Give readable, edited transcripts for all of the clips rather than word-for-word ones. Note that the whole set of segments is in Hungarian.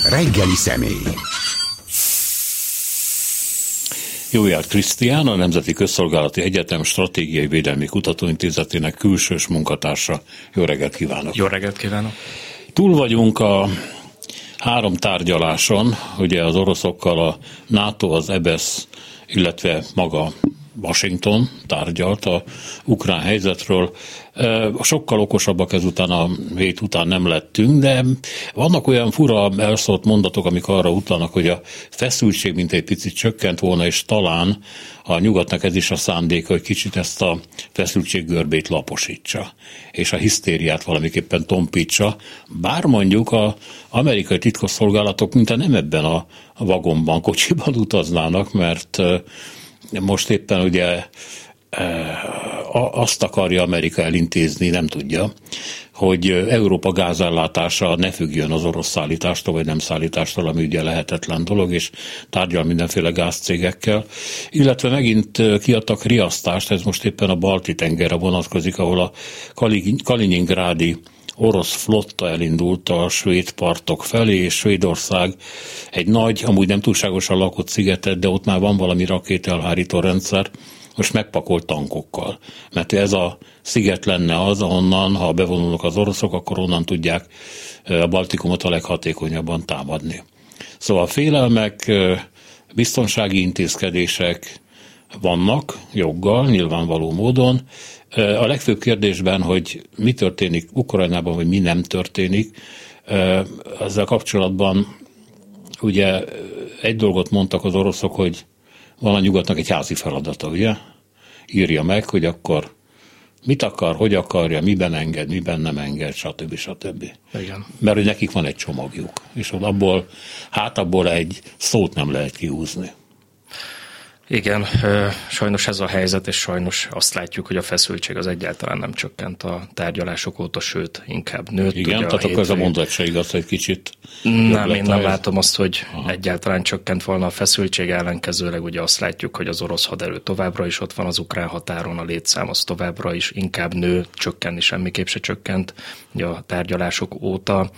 Reggeli személy. Jójár Krisztián, a Nemzeti Közszolgálati Egyetem Stratégiai Védelmi Kutatóintézetének külsős munkatársa. Jó reggelt kívánok! Jó reggelt kívánok! Túl vagyunk a 3 tárgyaláson, ugye az oroszokkal a NATO, az EBESZ, illetve maga Washington tárgyalt a ukrán helyzetről. Sokkal okosabbak ezután a hét után nem lettünk, de vannak olyan fura elszólt mondatok, amik arra utalnak, hogy a feszültség mint egy picit csökkent volna, és talán a nyugatnak ez is a szándéka, hogy kicsit ezt a feszültséggörbét laposítsa, és a hisztériát valamiképpen tompítsa, bár mondjuk az amerikai titkosszolgálatok mintha nem ebben a vagonban, kocsiban utaznának, mert most éppen ugye azt akarja Amerika elintézni, nem tudja, hogy Európa gázellátása ne függjön az orosz szállítástól, vagy nem szállítástól, ami ugye lehetetlen dolog, és tárgyal mindenféle gázcégekkel. Illetve megint kiadtak riasztást, ez most éppen a Balti-tengerre vonatkozik, ahol a kaliningrádi orosz flotta elindult a svéd partok felé, és Svédország egy nagy, amúgy nem túlságosan lakott szigetet, de ott már van valami rakétaelhárító rendszer, most megpakolt tankokkal. Mert ez a sziget lenne az, ahonnan, ha bevonulnak az oroszok, akkor onnan tudják a Baltikumot a leghatékonyabban támadni. Szóval félelmek, biztonsági intézkedések vannak, joggal, nyilvánvaló módon. A legfőbb kérdésben, hogy mi történik Ukrajnában, vagy mi nem történik, ezzel kapcsolatban ugye egy dolgot mondtak az oroszok, hogy van a nyugatnak egy házi feladata, ugye? Írja meg, hogy akkor mit akar, hogy akarja, miben enged, miben nem enged, stb. Igen. Mert hogy nekik van egy csomagjuk, és abból egy szót nem lehet kihúzni. Igen, sajnos ez a helyzet, és sajnos azt látjuk, hogy a feszültség az egyáltalán nem csökkent a tárgyalások óta, sőt, inkább nőtt. Igen, ugye tehát akkor ez a mondat se igaz, hogy kicsit... Nem, én nem látom azt, hogy egyáltalán csökkent volna a feszültség, ellenkezőleg ugye azt látjuk, hogy az orosz haderő továbbra is ott van az ukrán határon, a létszám az továbbra is inkább nő, csökkenni semmiképp se csökkent ugye a tárgyalások óta.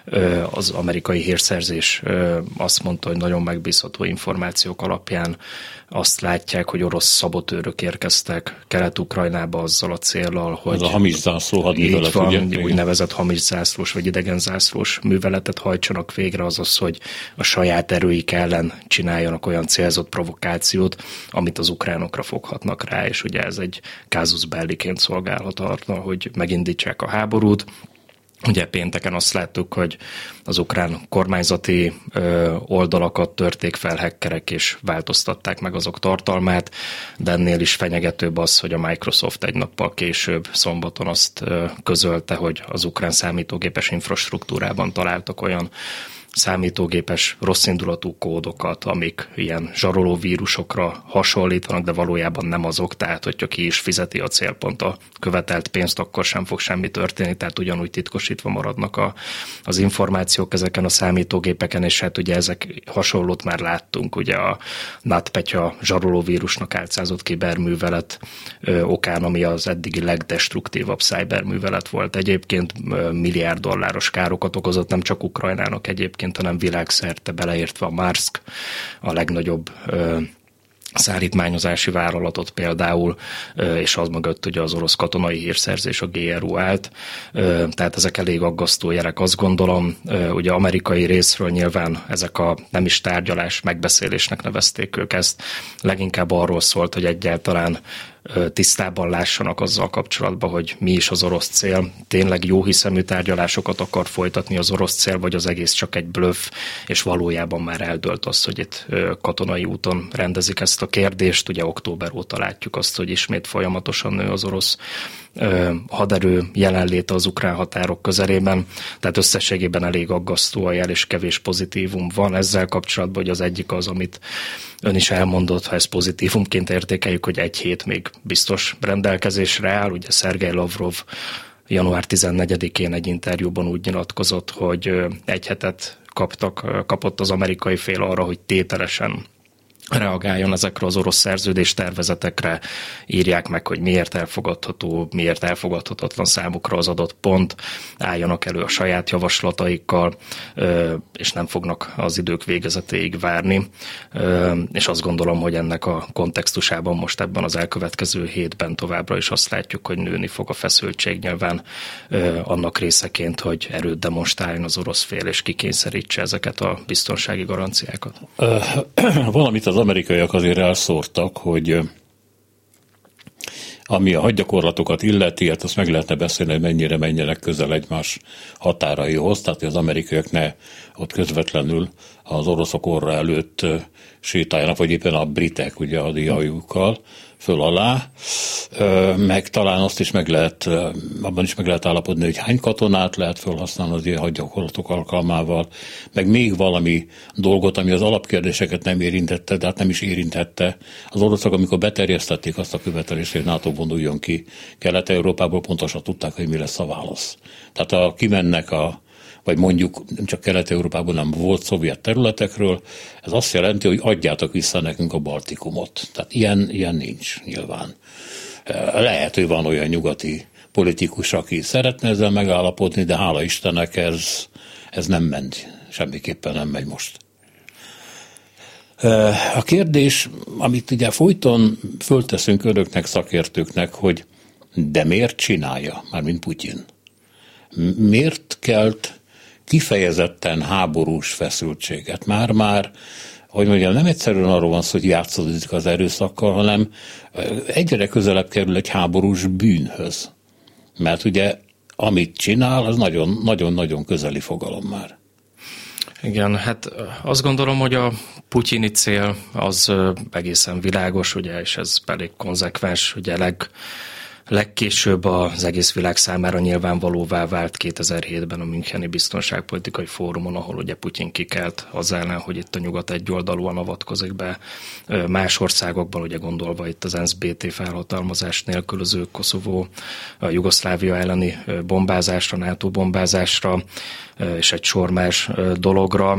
Az amerikai hírszerzés azt mondta, hogy nagyon megbízható információk alapján azt látják, hogy orosz szabotőrök érkeztek Kelet-Ukrajnába azzal a céllal, hogy... Ez a hamis zászló hadművelet, ugye? Úgynevezett hamis zászlós vagy idegen zászlós műveletet hajtsanak végre, azaz, hogy a saját erőik ellen csináljanak olyan célzott provokációt, amit az ukránokra foghatnak rá, és ugye ez egy casus belliként szolgálhat arra, hogy megindítsák a háborút. Ugye pénteken azt láttuk, hogy az ukrán kormányzati oldalakat törték fel hackerek, és változtatták meg azok tartalmát, de ennél is fenyegetőbb az, hogy a Microsoft egy nappal később, szombaton azt közölte, hogy az ukrán számítógépes infrastruktúrában találtak olyan számítógépes rosszindulatú kódokat, amik ilyen zsaroló vírusokra hasonlítanak, de valójában nem azok, tehát hogyha ki is fizeti a célpont a követelt pénzt, akkor sem fog semmi történni, tehát ugyanúgy titkosítva maradnak az információk ezeken a számítógépeken, és hát ugye ezek hasonlót már láttunk, ugye a NotPetya zsaroló vírusnak álcázott kiberművelet okán, ami az eddigi legdestruktívabb cyberművelet volt. Egyébként milliárd dolláros károkat okozott nem csak Ukrajnának egyébként, hanem világszerte, beleértve a Marsk, a legnagyobb szállítmányozási vállalatot például, és az mögött ugye az orosz katonai hírszerzés, a GRU állt. Tehát ezek elég aggasztó jelek, azt gondolom. Ugye amerikai részről nyilván ezek a nem is tárgyalás, megbeszélésnek nevezték ők ezt. Leginkább arról szólt, hogy egyáltalán tisztában lássanak azzal kapcsolatban, hogy mi is az orosz cél. Tényleg jóhiszemű tárgyalásokat akar folytatni az orosz cél, vagy az egész csak egy bluff, és valójában már eldőlt az, hogy itt katonai úton rendezik ezt a kérdést. Ugye október óta látjuk azt, hogy ismét folyamatosan nő az orosz haderő jelenléte az ukrán határok közelében, tehát összességében elég aggasztó a jel, és kevés pozitívum van ezzel kapcsolatban, hogy az egyik az, amit ön is elmondott, ha ezt pozitívumként értékeljük, hogy egy hét még biztos rendelkezésre áll. Ugye Szergej Lavrov január 14-én egy interjúban úgy nyilatkozott, hogy egy hetet kapott az amerikai fél arra, hogy tételesen reagáljon ezekre az orosz szerződéstervezetekre, írják meg, hogy miért elfogadható, miért elfogadhatatlan számukra az adott pont, álljanak elő a saját javaslataikkal, és nem fognak az idők végezetéig várni. És azt gondolom, hogy ennek a kontextusában most ebben az elkövetkező hétben továbbra is azt látjuk, hogy nőni fog a feszültség nyilván annak részeként, hogy erőt demonstráljon az orosz fél, és kikényszerítse ezeket a biztonsági garanciákat. Valamit az amerikaiak azért elszórtak, hogy ami a hadgyakorlatokat illeti, hát azt meg lehetne beszélni, hogy mennyire menjenek közel egymás határaihoz, tehát hogy az amerikaiak ne ott közvetlenül az oroszok orra előtt sétáljanak, vagy éppen a britek ugye a diajukkal föl alá, meg talán azt is abban is meg lehet állapodni, hogy hány katonát lehet felhasználni az ilyen hadgyakorlatok alkalmával, meg még valami dolgot, ami az alapkérdéseket nem érintette, de hát nem is érintette. Az oroszok, amikor beterjesztették azt a követelést, hogy NATO vonuljon ki Kelet-Európából, pontosan tudták, hogy mi lesz a válasz. Tehát kimennek vagy mondjuk nem csak Kelet-Európában, nem volt szovjet területekről, ez azt jelenti, hogy adjátok vissza nekünk a Baltikumot. Tehát ilyen nincs nyilván. Lehet, hogy van olyan nyugati politikus, aki szeretne ezzel megállapodni, de hála Istennek ez nem ment. Semmiképpen nem megy most. A kérdés, amit ugye folyton fölteszünk önöknek, szakértőknek, hogy de miért csinálja, mármint Putyin? Miért kelt kifejezetten háborús feszültséget? Már, hogy mondjam, nem egyszerűen arról van szó, hogy játszódik az erőszakkal, hanem egyre közelebb kerül egy háborús bűnhöz. Mert ugye, amit csinál, az nagyon-nagyon közeli fogalom már. Igen, hát azt gondolom, hogy a putyini cél az egészen világos, ugye, és ez elég konzekvens, ugye legkésőbb az egész világ számára nyilvánvalóvá vált 2007-ben a Müncheni Biztonságpolitikai Fórumon, ahol ugye Putyin kikelt az ellen, hogy itt a nyugat egyoldalúan avatkozik be más országokban, ugye gondolva itt az ENSZ BT felhatalmazást nélkülöző Koszovó, a Jugoszlávia elleni bombázásra, NATO bombázásra, és egy sor más dologra.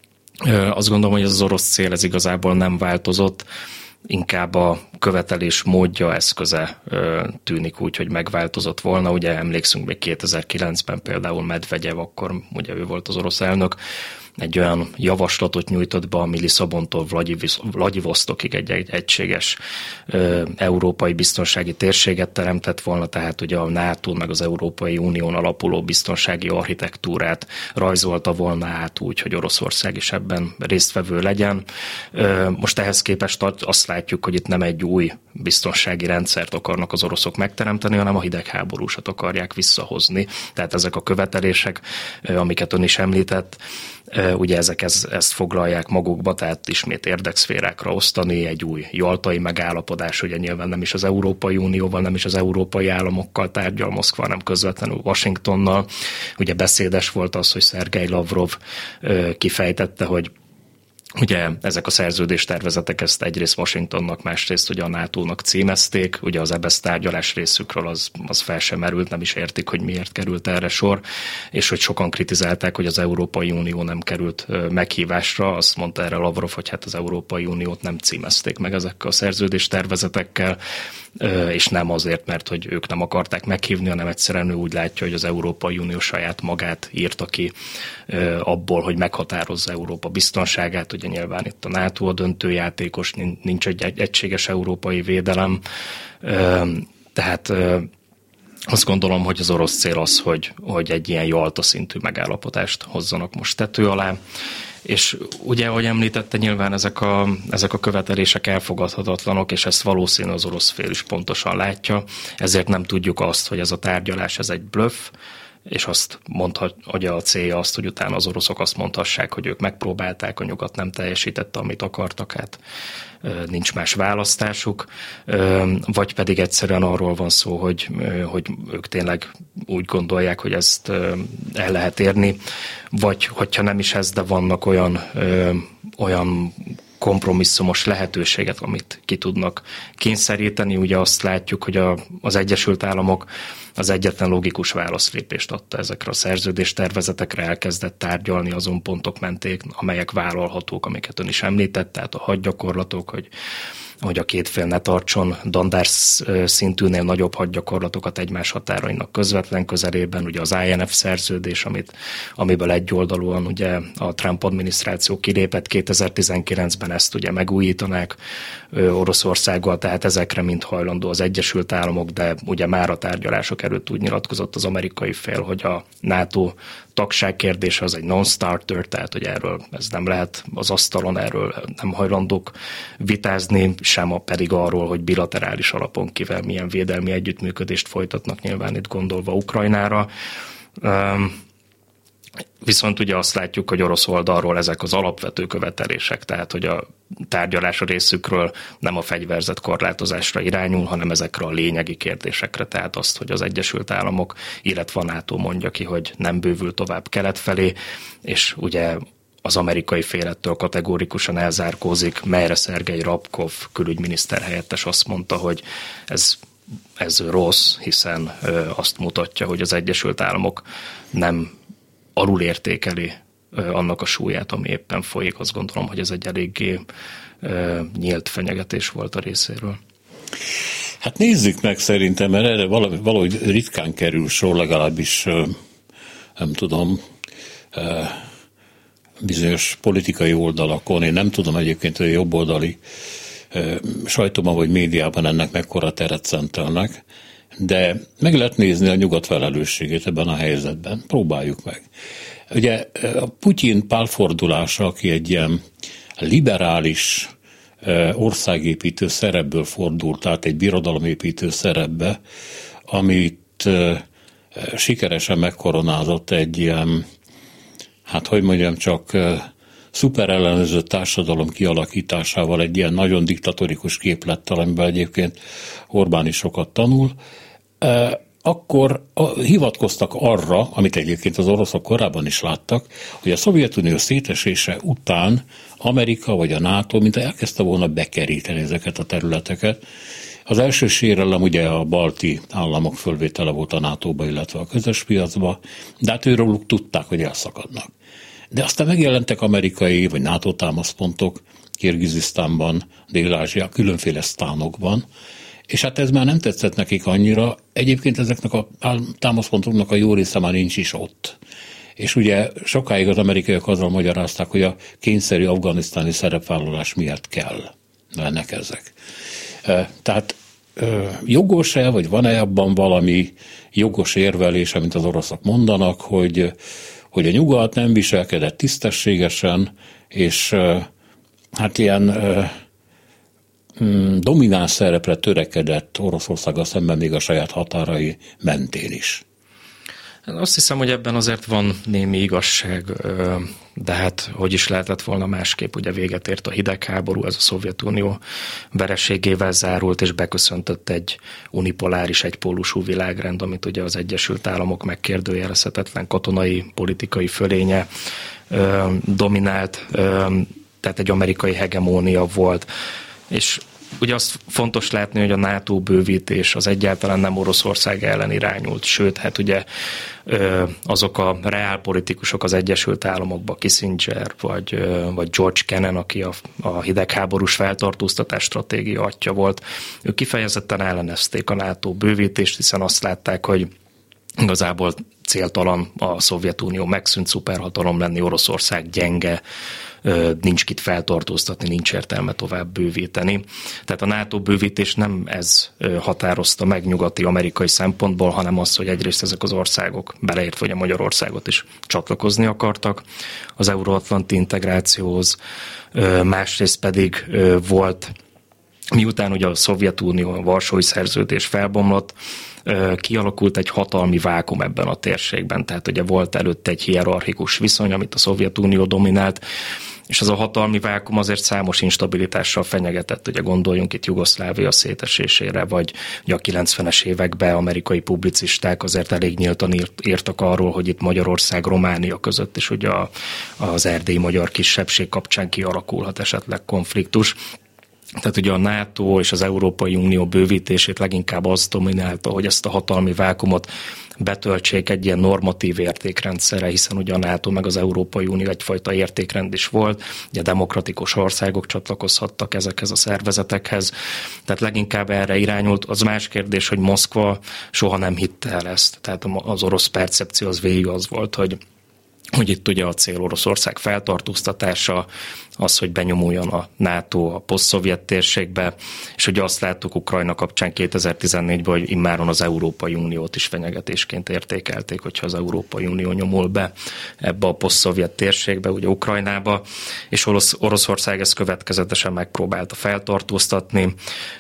Azt gondolom, hogy az orosz cél ez igazából nem változott, inkább a követelés módja, eszköze tűnik úgy, hogy megváltozott volna. Ugye emlékszünk még 2009-ben például Medvegyev, akkor ugye ő volt az orosz elnök, egy olyan javaslatot nyújtott be, ami Lisszabontól Vladivostokig egy egységes európai biztonsági térséget teremtett volna, tehát ugye a NATO meg az Európai Unión alapuló biztonsági architektúrát rajzolta volna át úgy, hogy Oroszország is ebben résztvevő legyen. Most ehhez képest azt látjuk, hogy itt nem egy új biztonsági rendszert akarnak az oroszok megteremteni, hanem a hidegháborúsat akarják visszahozni. Tehát ezek a követelések, amiket ön is említett, ugye ezek ezt foglalják magukba, tehát ismét érdekszférákra osztani, egy új jaltai megállapodás, ugye nyilván nem is az Európai Unióval, nem is az európai államokkal tárgyal Moszkva, hanem közvetlenül Washingtonnal. Ugye beszédes volt az, hogy Szergej Lavrov kifejtette, hogy ugye ezek a szerződéstervezetek ezt egyrészt Washingtonnak, másrészt ugye a NATO-nak címezték, ugye az EBESZ tárgyalás részükről az fel sem merült, nem is értik, hogy miért került erre sor, és hogy sokan kritizálták, hogy az Európai Unió nem került meghívásra, azt mondta erre Lavrov, hogy hát az Európai Uniót nem címezték meg ezekkel a szerződéstervezetekkel, és nem azért, mert hogy ők nem akarták meghívni, hanem egyszerűen ő úgy látja, hogy az Európai Unió saját magát írta ki abból, hogy meghatározza Európa biztonságát. Ugye nyilván itt a NATO a döntőjátékos, nincs egy egységes európai védelem, tehát azt gondolom, hogy az orosz cél az, hogy egy ilyen Jalta szintű megállapodást hozzanak most tető alá. És ugye, ahogy említette, nyilván ezek a követelések elfogadhatatlanok, és ezt valószínű az orosz fél is pontosan látja, ezért nem tudjuk azt, hogy ez a tárgyalás ez egy bluff, és azt mondhatja a célja azt, hogy utána az oroszok azt mondhassák, hogy ők megpróbálták, a nyugat nem teljesítette, amit akartak, hát nincs más választásuk, vagy pedig egyszerűen arról van szó, hogy ők tényleg úgy gondolják, hogy ezt el lehet érni, vagy hogyha nem is ez, de vannak olyan kompromisszumos lehetőséget, amit ki tudnak kényszeríteni. Ugye azt látjuk, hogy az Egyesült Államok az egyetlen logikus válaszlépést adta ezekre a szerződéstervezetekre, elkezdett tárgyalni azon pontok mentén, amelyek vállalhatók, amiket ön is említett, tehát a hadgyakorlatok, hogy a két fél ne tartson dandár szintűnél nagyobb hadgyakorlatokat egymás határainak közvetlen közelében, ugye az INF szerződés, amiből egyoldalúan ugye a Trump adminisztráció kilépett 2019-ben, ezt ugye megújítanák Oroszországgal, tehát ezekre mind hajlandó az Egyesült Államok, de ugye már a tárgyalások előtt úgy nyilatkozott az amerikai fél, hogy a NATO tagság kérdése az egy non-starter, tehát hogy erről ez nem lehet az asztalon, erről nem hajlandók vitázni, sem pedig arról, hogy bilaterális alapon kivel milyen védelmi együttműködést folytatnak, nyilván itt gondolva Ukrajnára. Viszont ugye azt látjuk, hogy orosz oldalról ezek az alapvető követelések, tehát hogy a tárgyalás a részükről nem a fegyverzet korlátozásra irányul, hanem ezekre a lényegi kérdésekre, tehát azt, hogy az Egyesült Államok, illetve a NATO mondja ki, hogy nem bővül tovább kelet felé, és ugye az amerikai félettől kategórikusan elzárkózik, melyre Szergej Rabkov külügyminiszter helyettes azt mondta, hogy ez rossz, hiszen azt mutatja, hogy az Egyesült Államok nem alulértékeli annak a súlyát, ami éppen folyik. Azt gondolom, hogy ez egy eléggé nyílt fenyegetés volt a részéről. Hát nézzük meg szerintem, mert erre valahogy ritkán kerül sor, legalábbis nem tudom, bizonyos politikai oldalakon. Én nem tudom egyébként, hogy a jobboldali sajtóban vagy médiában ennek mekkora teret szentelnek, de meg lehet nézni a nyugat felelősségét ebben a helyzetben. Próbáljuk meg. Ugye a Putyin pálfordulása, aki egy ilyen liberális országépítő szerepből fordult át egy birodalomépítő szerepbe, amit sikeresen megkoronázott egy ilyen, hát hogy mondjam, csak szuperellenőrző társadalom kialakításával, egy ilyen nagyon diktatórikus képlettel, amiben egyébként Orbán is sokat tanul, akkor hivatkoztak arra, amit egyébként az oroszok korábban is láttak, hogy a Szovjetunió szétesése után Amerika vagy a NATO mint elkezdte volna bekeríteni ezeket a területeket. Az első sérelem ugye a balti államok fölvétele volt a NATO-ba, illetve a közös piacba, de hát őróluk tudták, hogy elszakadnak. De aztán megjelentek amerikai vagy NATO támaszpontok Kirgizisztánban, Dél-Ázsia, különféle sztánokban, és hát ez már nem tetszett nekik annyira. Egyébként ezeknek a támaszpontoknak a jó része már nincs is ott. És ugye sokáig az amerikaiak azzal magyarázták, hogy a kényszerű afganisztáni szerepvállalás miatt kell lennek ezek. Tehát jogos-e, vagy van-e abban valami jogos érvelés, amit az oroszok mondanak, hogy a nyugat nem viselkedett tisztességesen, és hát ilyen domináns szerepre törekedett Oroszországgal szemben még a saját határai mentén is. Azt hiszem, hogy ebben azért van némi igazság, de hát hogy is lehetett volna másképp, ugye véget ért a hidegháború, ez a Szovjetunió vereségével zárult, és beköszöntött egy unipoláris, egypólusú világrend, amit ugye az Egyesült Államok megkérdőjelezhetetlen katonai, politikai fölénye dominált, tehát egy amerikai hegemónia volt, és ugye azt fontos látni, hogy a NATO bővítés az egyáltalán nem Oroszország ellen irányult, sőt, hát ugye azok a reálpolitikusok az Egyesült Államokban, Kissinger vagy George Kennan, aki a hidegháborús feltartóztatás stratégia atya volt, ők kifejezetten ellenezték a NATO bővítést, hiszen azt látták, hogy igazából céltalan a Szovjetunió megszűnt szuperhatalom lenni, Oroszország gyenge, nincs kit feltartóztatni, nincs értelme tovább bővíteni. Tehát a NATO bővítés nem ez határozta meg nyugati amerikai szempontból, hanem az, hogy egyrészt ezek az országok, beleértve hogy a Magyarországot is csatlakozni akartak az euróatlanti integrációhoz, másrészt pedig volt, miután ugye a Szovjetunió, a Varsói Szerződés felbomlott, kialakult egy hatalmi vákum ebben a térségben. Tehát ugye volt előtte egy hierarchikus viszony, amit a Szovjetunió dominált, és az a hatalmi vákum azért számos instabilitással fenyegetett. Ugye gondoljunk itt Jugoszlávia szétesésére, vagy ugye a 90-es években amerikai publicisták azért elég nyíltan írtak arról, hogy itt Magyarország, Románia között is ugye az erdélyi magyar kisebbség kapcsán kialakulhat esetleg konfliktus. Tehát ugye a NATO és az Európai Unió bővítését leginkább az dominálta, hogy ezt a hatalmi vákumot betöltsék egy ilyen normatív értékrendszerre, hiszen ugye a NATO meg az Európai Unió egyfajta értékrend is volt, ugye demokratikus országok csatlakozhattak ezekhez a szervezetekhez, tehát leginkább erre irányult. Az más kérdés, hogy Moszkva soha nem hitte el ezt, tehát az orosz percepció az végig az volt, hogy itt ugye a cél Oroszország feltartóztatása, az, hogy benyomuljon a NATO a posztszovjet térségbe, és ugye azt láttuk Ukrajna kapcsán 2014-ben, hogy immáron az Európai Uniót is fenyegetésként értékelték, hogyha az Európai Unió nyomul be ebbe a posztszovjet térségbe, ugye Ukrajnába, és Oroszország ezt következetesen megpróbálta feltartóztatni,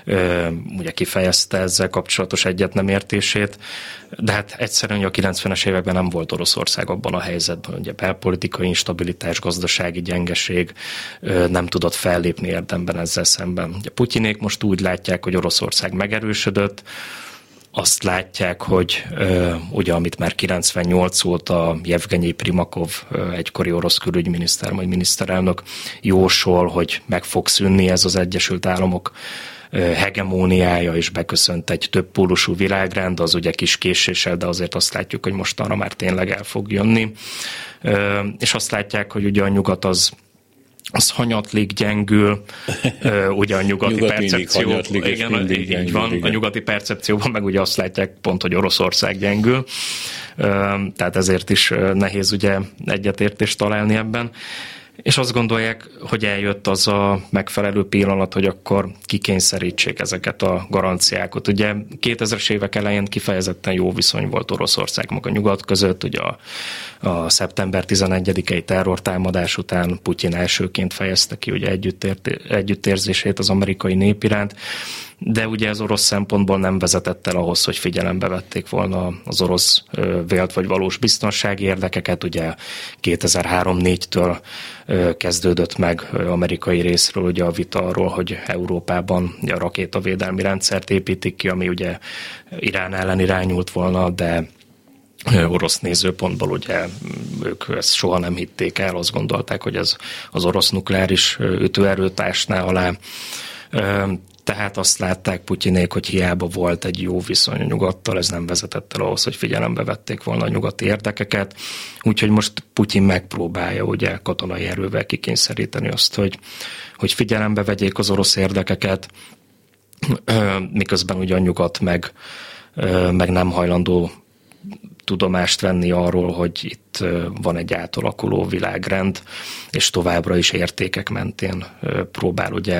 ugye kifejezte ezzel kapcsolatos egyetnemértését, de hát egyszerűen a 90-es években nem volt Oroszország abban a helyzetben, ugye belpolitikai instabilitás, gazdasági gyengeség, nem tudott fellépni érdemben ezzel szemben. Ugye Putyinék most úgy látják, hogy Oroszország megerősödött, azt látják, hogy ugye amit már 98 óta Jevgenyi Primakov, egykori orosz külügyminiszter, majd miniszterelnök jósol, hogy meg fog szűnni ez az Egyesült Államok hegemóniája, és beköszönt egy többpólusú világrend, az ugye kis késéssel, de azért azt látjuk, hogy mostanra már tényleg el fog jönni. És azt látják, hogy ugye a nyugat az hanyatlik, gyengül, ugye a nyugati percepció, igen, így van, a nyugati percepcióban meg ugye azt látják pont, hogy Oroszország gyengül, tehát ezért is nehéz ugye egyetértést találni ebben. És azt gondolják, hogy eljött az a megfelelő pillanat, hogy akkor kikényszerítsék ezeket a garanciákat. Ugye 2000-es évek elején kifejezetten jó viszony volt Oroszország meg a nyugat között, ugye a szeptember 11-i terrortámadás után Putyin elsőként fejezte ki ugye együttérzését az amerikai nép iránt, de ugye ez orosz szempontból nem vezetett el ahhoz, hogy figyelembe vették volna az orosz vélt vagy valós biztonsági érdekeket. Ugye 2003-4-től kezdődött meg amerikai részről ugye a vita arról, hogy Európában ugye a rakétavédelmi rendszert építik ki, ami ugye Irán ellen irányult volna, de orosz nézőpontból ugye ők ezt soha nem hitték el, azt gondolták, hogy ez az orosz nukleáris ütőerőt ásná alá. Tehát azt látták Putyinék, hogy hiába volt egy jó viszony a nyugattal, ez nem vezetett el ahhoz, hogy figyelembe vették volna a nyugati érdekeket. Úgyhogy most Putyin megpróbálja ugye katonai erővel kikényszeríteni azt, hogy figyelembe vegyék az orosz érdekeket, miközben ugye a nyugat meg nem hajlandó tudomást venni arról, hogy itt van egy átalakuló világrend, és továbbra is értékek mentén próbál ugye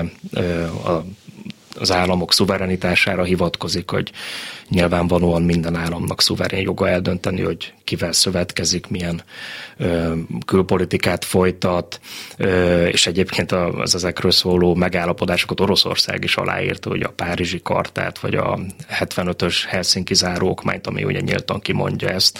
az államok szuverenitására hivatkozik, hogy nyilvánvalóan minden államnak szuverén joga eldönteni, hogy kivel szövetkezik, milyen külpolitikát folytat, és egyébként az ezekről szóló megállapodásokat Oroszország is aláírta, hogy a Párizsi Chartát, vagy a 75-ös Helsinki záróokmányt, ami ugye nyíltan kimondja ezt.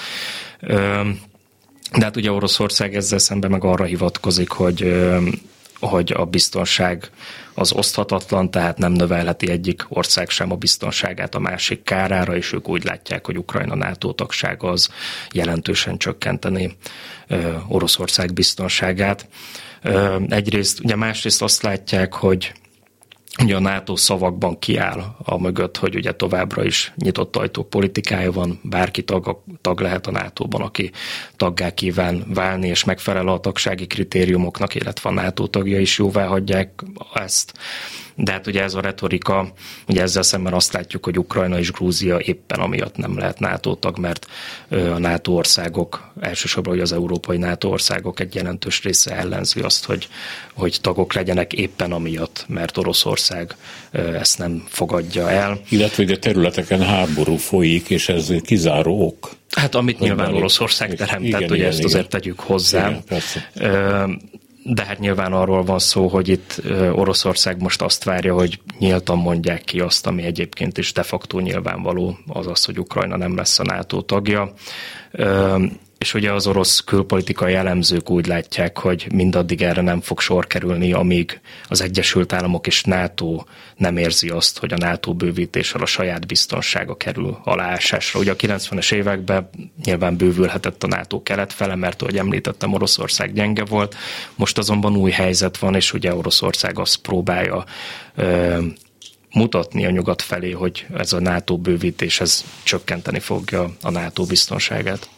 De hát ugye Oroszország ezzel szemben meg arra hivatkozik, hogy a biztonság az oszthatatlan, tehát nem növelheti egyik ország sem a biztonságát a másik kárára, és ők úgy látják, hogy Ukrajna NATO tagsága az jelentősen csökkenteni Oroszország biztonságát. Egyrészt, ugye másrészt azt látják, hogy ugye a NATO szavakban kiáll a mögött, hogy ugye továbbra is nyitott ajtók politikája van, bárki tag lehet a NATO-ban, aki taggá kíván válni, és megfelel a tagsági kritériumoknak, illetve a NATO tagja is jóvá hagyják ezt. De hát ugye ez a retorika, ugye ezzel szemben azt látjuk, hogy Ukrajna és Grúzia éppen amiatt nem lehet NATO tag, mert a NATO országok, elsősorban az európai NATO országok egy jelentős része ellenzi azt, hogy tagok legyenek éppen amiatt, mert Oroszország ezt nem fogadja el. Illetve, hogy a területeken háború folyik, és ez kizáró ok. Hát amit nyilván Oroszország teremtett, ugye ezt azért tegyük hozzá. Igen, De hát nyilván arról van szó, hogy itt Oroszország most azt várja, hogy nyíltan mondják ki azt, ami egyébként is de facto nyilvánvaló, azaz, hogy Ukrajna nem lesz a NATO tagja. És ugye az orosz külpolitikai elemzők úgy látják, hogy mindaddig erre nem fog sor kerülni, amíg az Egyesült Államok és NATO nem érzi azt, hogy a NATO bővítéssel a saját biztonsága kerül aláásásra. Ugye a 90-es években nyilván bővülhetett a NATO kelet fele, mert ahogy említettem, Oroszország gyenge volt. Most azonban új helyzet van, és ugye Oroszország azt próbálja mutatni a nyugat felé, hogy ez a NATO bővítés ez csökkenteni fogja a NATO biztonságát.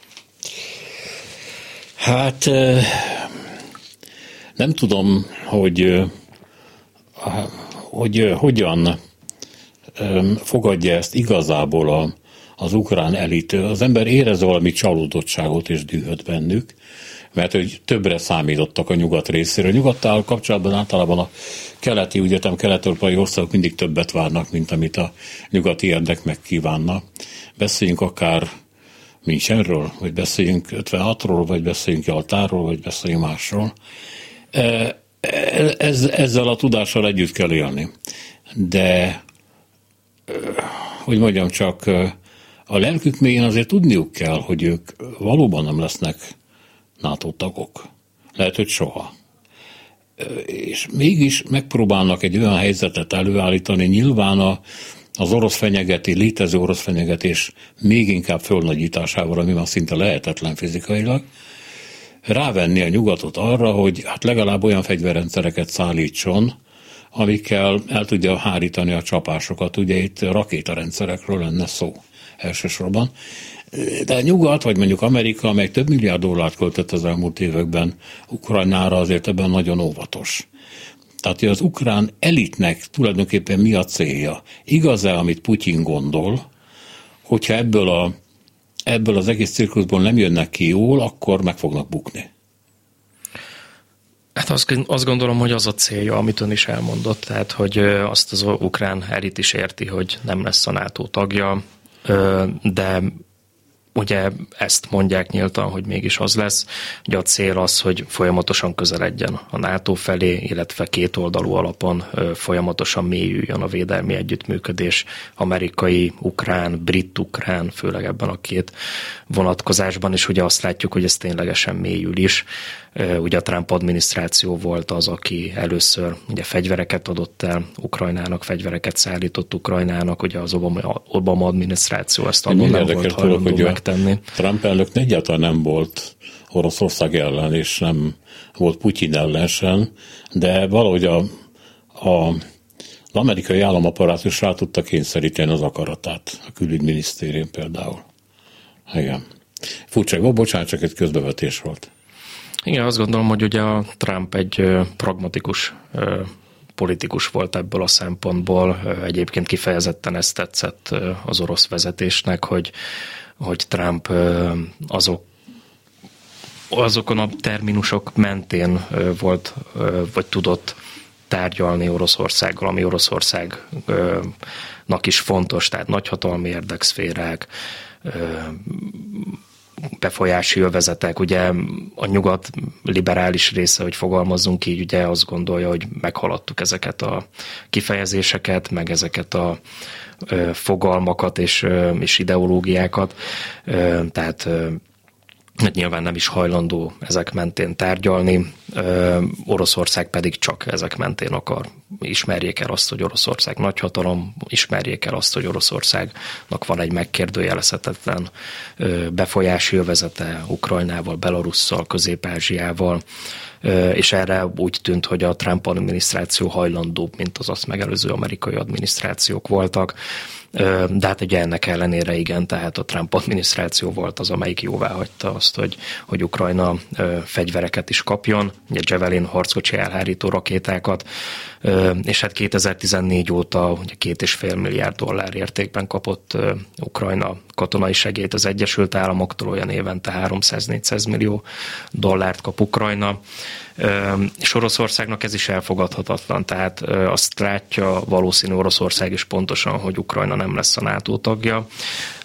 Hát nem tudom, hogy hogyan fogadja ezt igazából az ukrán elit. Az ember érez valami csalódottságot és dühöt bennük, mert hogy többre számítottak a nyugat részéről. A nyugattal kapcsolatban általában a keleti, úgy értem, kelet-európai országok mindig többet várnak, mint amit a nyugati érdek megkívánna. Beszéljünk akár Münchenről, vagy beszéljünk 56-ról, vagy beszéljünk Jaltáról, vagy beszéljünk másról. Ezzel a tudással együtt kell élni. De, hogy mondjam csak, a lelkük mélyén azért tudniuk kell, hogy ők valóban nem lesznek NATO tagok. Lehet, hogy soha. És mégis megpróbálnak egy olyan helyzetet előállítani, nyilván az orosz fenyegetés, létező orosz fenyegetés még inkább fölnagyításával, ami már szinte lehetetlen fizikailag, rávenni a nyugatot arra, hogy hát legalább olyan fegyverrendszereket szállítson, amikkel el tudja hárítani a csapásokat. Ugye itt rakétarendszerekről lenne szó elsősorban. De a nyugat, vagy mondjuk Amerika, amely több milliárd dollárt költött az elmúlt években Ukrajnára, azért ebben nagyon óvatos. Tehát az ukrán elitnek tulajdonképpen mi a célja? Igaz-e, amit Putyin gondol, hogyha ebből az egész cirkuszból nem jönnek ki jól, akkor meg fognak bukni? Hát azt gondolom, hogy az a célja, amit ön is elmondott, tehát hogy azt az ukrán elit is érti, hogy nem lesz a NATO tagja, de ugye ezt mondják nyíltan, hogy mégis az lesz. Ugye a cél az, hogy folyamatosan közeledjen a NATO felé, illetve kétoldalú alapon folyamatosan mélyüljön a védelmi együttműködés amerikai, ukrán, brit-ukrán, főleg ebben a két vonatkozásban, és ugye azt látjuk, hogy ez ténylegesen mélyül is. Ugye a Trump adminisztráció volt az, aki először ugye fegyvereket adott el Ukrajnának, fegyvereket szállított Ukrajnának, ugye az Obama adminisztráció ezt abban nem volt hajlandó megtenni. Trump elnök egyáltalán nem volt Oroszország ellen, és nem volt Putyin ellen sem, de valahogy az amerikai államaparátus rá tudta kényszeríteni az akaratát, a külügyminisztérium például. Igen. Furcsa, bocsánat, csak egy közbevetés volt. Igen, azt gondolom, hogy ugye a Trump egy pragmatikus politikus volt ebből a szempontból. Egyébként kifejezetten ezt tetszett az orosz vezetésnek, hogy Trump azokon a terminusok mentén volt, vagy tudott tárgyalni Oroszországgal, ami Oroszországnak is fontos, tehát nagyhatalmi érdekszférák, befolyási övezetek, ugye a nyugat liberális része, hogy fogalmazzunk így, ugye azt gondolja, hogy meghaladtuk ezeket a kifejezéseket, meg ezeket a fogalmakat és ideológiákat, tehát nyilván nem is hajlandó ezek mentén tárgyalni, Oroszország pedig csak ezek mentén akar. Ismerjék el azt, hogy Oroszország nagyhatalom, ismerjék el azt, hogy Oroszországnak van egy megkérdőjelezhetetlen befolyási övezete Ukrajnával, Belarusszal, Közép-Ázsiával, és erre úgy tűnt, hogy a Trump adminisztráció hajlandóbb, mint az azt megelőző amerikai adminisztrációk voltak. De hát ugye ennek ellenére igen, tehát a Trump adminisztráció volt az, amelyik jóváhagyta azt, hogy Ukrajna fegyvereket is kapjon, ugye Javelin harckocsi elhárító rakétákat, és hát 2014 óta ugye $2,5 milliárd értékben kapott Ukrajna katonai segélyt az Egyesült Államoktól, olyan évente $300-400 millió kap Ukrajna, és Oroszországnak ez is elfogadhatatlan, tehát azt látja valószínű Oroszország is pontosan, hogy Ukrajna nem lesz a NATO tagja,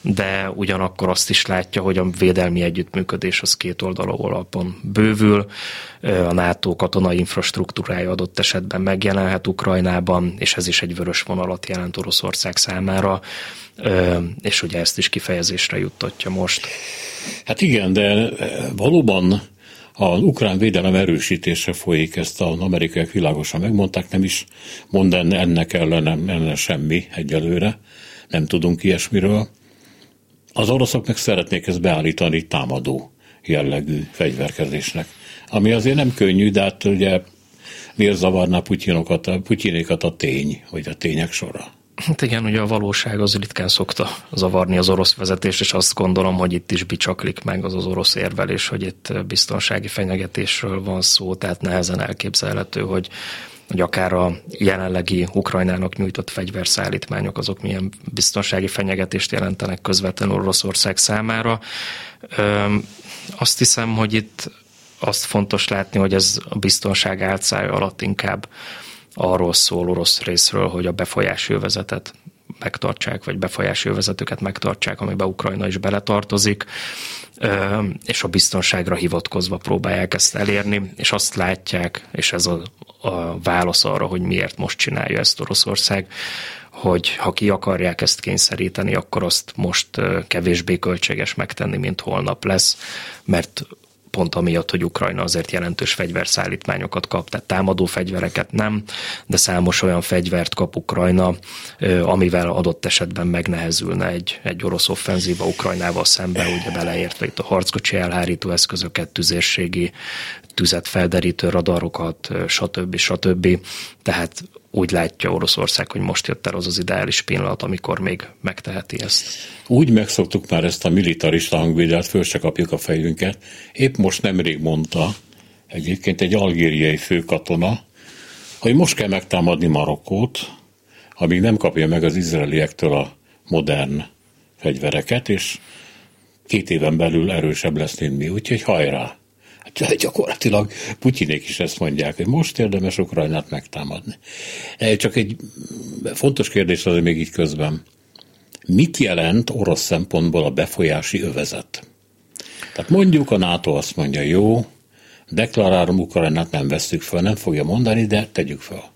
de ugyanakkor azt is látja, hogy a védelmi együttműködés az kétoldalú alapon bővül, a NATO katonai infrastruktúrája adott esetben megjelenhet Ukrajnában, és ez is egy vörös vonalat jelent Oroszország számára, és ugye ezt is kifejezésre juttatja most. Hát igen, de valóban az ukrán védelem erősítése folyik, ezt az amerikaiak világosan megmondták, nem is mond ennek ellen semmi egyelőre, nem tudunk ilyesmiről. Az oroszok meg szeretnék ezt beállítani támadó jellegű fegyverkezésnek, ami azért nem könnyű, de hát ugye miért zavarná Putyinékat a tény, vagy a tények sora? Hát igen, ugye a valóság az ritkán szokta zavarni az orosz vezetést, és azt gondolom, hogy itt is bicsaklik meg az orosz érvelés, hogy itt biztonsági fenyegetésről van szó, tehát nehezen elképzelhető, hogy akár a jelenlegi Ukrajnának nyújtott fegyverszállítmányok azok milyen biztonsági fenyegetést jelentenek közvetlenül Oroszország számára. Azt hiszem, hogy itt azt fontos látni, hogy ez a biztonság álcája alatt inkább arról szól orosz részről, hogy a befolyási övezetet megtartsák, vagy befolyási övezetüket megtartsák, amiben Ukrajna is beletartozik, és a biztonságra hivatkozva próbálják ezt elérni, és azt látják, és ez a válasz arra, hogy miért most csinálja ezt Oroszország, hogy ha ki akarják ezt kényszeríteni, akkor azt most kevésbé költséges megtenni, mint holnap lesz, mert pont amiatt, hogy Ukrajna azért jelentős fegyverszállítmányokat kap, tehát támadó fegyvereket nem, de számos olyan fegyvert kap Ukrajna, amivel adott esetben megnehezülne egy orosz offenzíva Ukrajnával szemben, ugye beleértve itt a harckocsi elhárító eszközöket, tüzérségi tüzet felderítő radarokat, stb. Tehát úgy látja Oroszország, hogy most jött el az ideális pillanat, amikor még megteheti ezt. Úgy megszoktuk már ezt a militarista hangvédelt, föl se kapjuk a fejünket. Épp most nemrég mondta egyébként egy algériai főkatona, hogy most kell megtámadni Marokkót, amíg nem kapja meg az izraeliektől a modern fegyvereket, és 2 éven belül erősebb lesz, mint mi, úgyhogy hajrá! Hát gyakorlatilag Putyinék is ezt mondják, hogy most érdemes Ukrajnát megtámadni. Csak egy fontos kérdés azért még így közben. Mit jelent orosz szempontból a befolyási övezet? Tehát mondjuk a NATO azt mondja, jó, deklarálom, Ukrajnát nem vesszük fel, nem fogja mondani, de tegyük fel.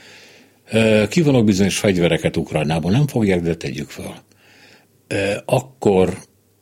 Kivonok bizonyos fegyvereket Ukrajnából, nem fogják, de tegyük fel. Akkor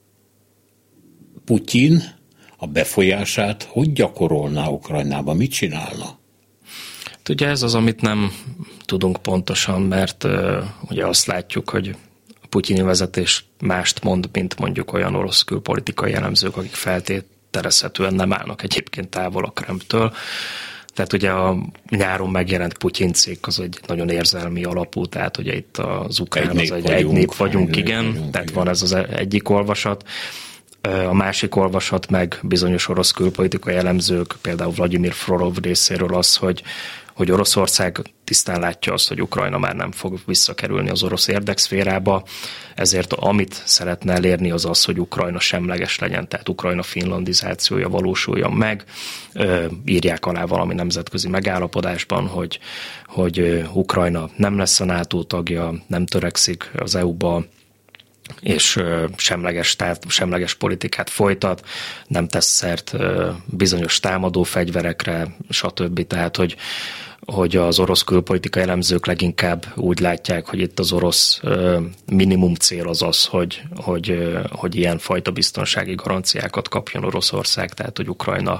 Putyin a befolyását hogy gyakorolná Ukrajnába, mit csinálna? Ugye ez az, amit nem tudunk pontosan, mert ugye azt látjuk, hogy a putyini vezetés mást mond, mint mondjuk olyan orosz külpolitikai elemzők, akik feltételezhetően nem állnak egyébként távol a Kremltől. Tehát ugye a nyáron megjelent Putyin cikk az egy nagyon érzelmi alapú, tehát ugye itt az ukrán egy nép vagyunk, igen, tehát van ez az egyik olvasat. A másik olvasat meg bizonyos orosz külpolitikai elemzők, például Vladimir Frolov részéről az, hogy Oroszország tisztán látja azt, hogy Ukrajna már nem fog visszakerülni az orosz érdekszférába, ezért amit szeretne elérni az az, hogy Ukrajna semleges legyen, tehát Ukrajna finlandizációja valósuljon meg, írják alá valami nemzetközi megállapodásban, hogy Ukrajna nem lesz a NATO tagja, nem törekszik az EU-ba, és semleges politikát folytat, nem tesz szert bizonyos támadó fegyverekre, stb. Tehát, hogy az orosz külpolitikai elemzők leginkább úgy látják, hogy itt az orosz minimum cél az az, hogy ilyen fajta biztonsági garanciákat kapjon Oroszország, tehát, hogy Ukrajna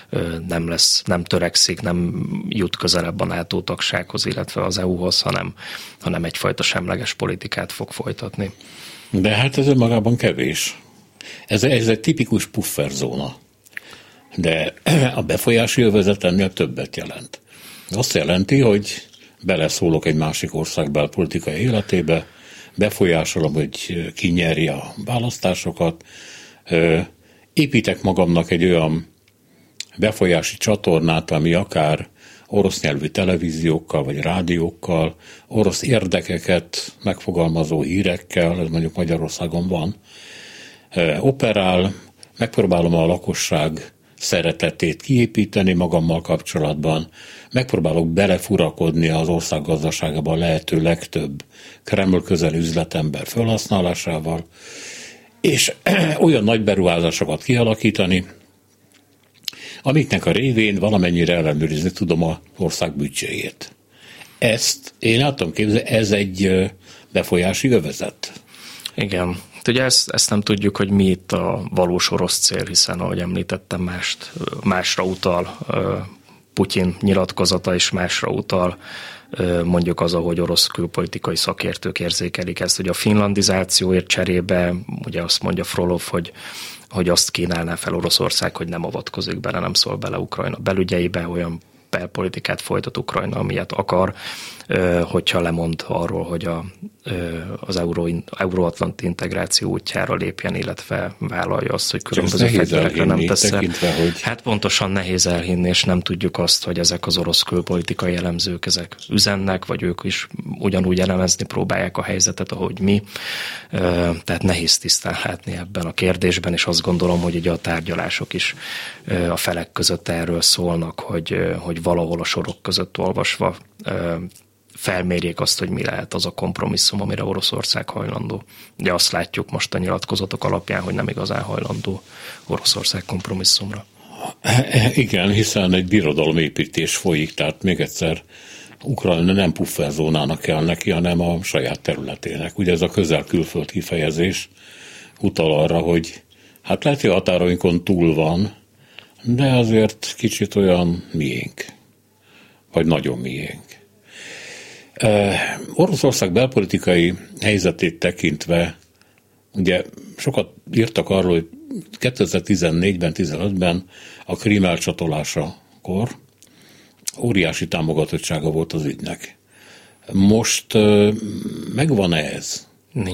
nem törekszik, nem jut közelebb a NATO tagsághoz, illetve az EU-hoz, hanem egyfajta semleges politikát fog folytatni. De hát ez önmagában kevés. Ez egy tipikus pufferzóna. De a befolyási övezet ennél többet jelent. Azt jelenti, hogy beleszólok egy másik ország belpolitikai életébe, befolyásolom, hogy ki nyeri a választásokat, építek magamnak egy olyan befolyási csatornát, ami akár orosz nyelvű televíziókkal vagy rádiókkal, orosz érdekeket megfogalmazó hírekkel, ez mondjuk Magyarországon van, operál, megpróbálom a lakosság szeretetét kiépíteni magammal kapcsolatban, megpróbálok belefurakodni az ország gazdaságában lehető legtöbb Kreml közeli üzletember felhasználásával, és olyan nagy beruházásokat kialakítani, amiknek a révén valamennyire ellenőrizni tudom az ország büdzséjét. Ezt én át tudom képzelni, ez egy befolyási övezet. Igen. Ugye ezt nem tudjuk, hogy mi itt a valós orosz cél, hiszen ahogy említettem, másra utal Putyin nyilatkozata, és másra utal mondjuk az, ahogy orosz külpolitikai szakértők érzékelik ezt. Ugye a finlandizációért cserébe, ugye azt mondja Frolov, hogy azt kínálná fel Oroszország, hogy nem avatkozik bele, nem szól bele Ukrajna belügyeibe, olyan belpolitikát folytat Ukrajna, amilyet akar, hogyha lemond arról, hogy az euróatlanti integráció útjára lépjen, illetve vállalja azt, hogy különböző fegyverekre nem tesz. Hogy... Hát pontosan nehéz elhinni, és nem tudjuk azt, hogy ezek az orosz külpolitikai elemzők ezek üzennek, vagy ők is ugyanúgy elemezni próbálják a helyzetet, ahogy mi. Tehát nehéz tisztán látni ebben a kérdésben, és azt gondolom, hogy ugye a tárgyalások is a felek között erről szólnak, hogy valahol a sorok között olvasva felmérjék azt, hogy mi lehet az a kompromisszum, amire Oroszország hajlandó. Ugye azt látjuk most a nyilatkozatok alapján, hogy nem igazán hajlandó Oroszország kompromisszumra. Igen, hiszen egy birodalomépítés folyik, tehát még egyszer Ukrajna nem pufferzónának kell neki, hanem a saját területének. Ugye ez a közel-külföld kifejezés utal arra, hogy hát lehet, hogy a határainkon túl van, de azért kicsit olyan miénk, vagy nagyon miénk. Oroszország belpolitikai helyzetét tekintve, ugye sokat írtak arról, hogy 2014-ben, 15-ben a Krím elcsatolásakor óriási támogatottsága volt az ügynek. Most megvan ez?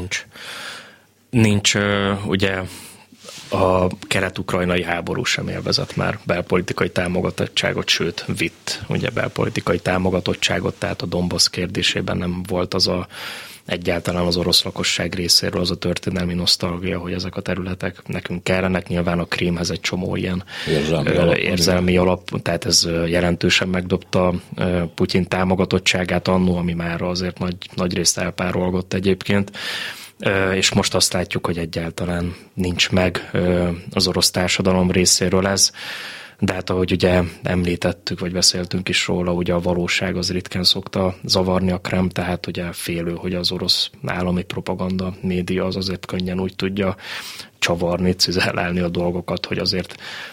Nincs, ugye a kelet-ukrajnai háború sem élvezett már belpolitikai támogatottságot, sőt vitt ugye belpolitikai támogatottságot, tehát a Donbass kérdésében nem volt az egyáltalán az orosz lakosság részéről az a történelmi nosztalgia, hogy ezek a területek nekünk kellenek. Nyilván a Krímhez egy csomó ilyen érzelmi alap, tehát ez jelentősen megdobta Putyin támogatottságát annó, ami már azért nagy részt elpárolgott egyébként. És most azt látjuk, hogy egyáltalán nincs meg az orosz társadalom részéről ez, de hát ahogy ugye említettük, vagy beszéltünk is róla, ugye a valóság az ritkán szokta zavarni a Kreml, tehát ugye félő, hogy az orosz állami propaganda média az azért könnyen úgy tudja csavarni, cizelálni a dolgokat, hogy azért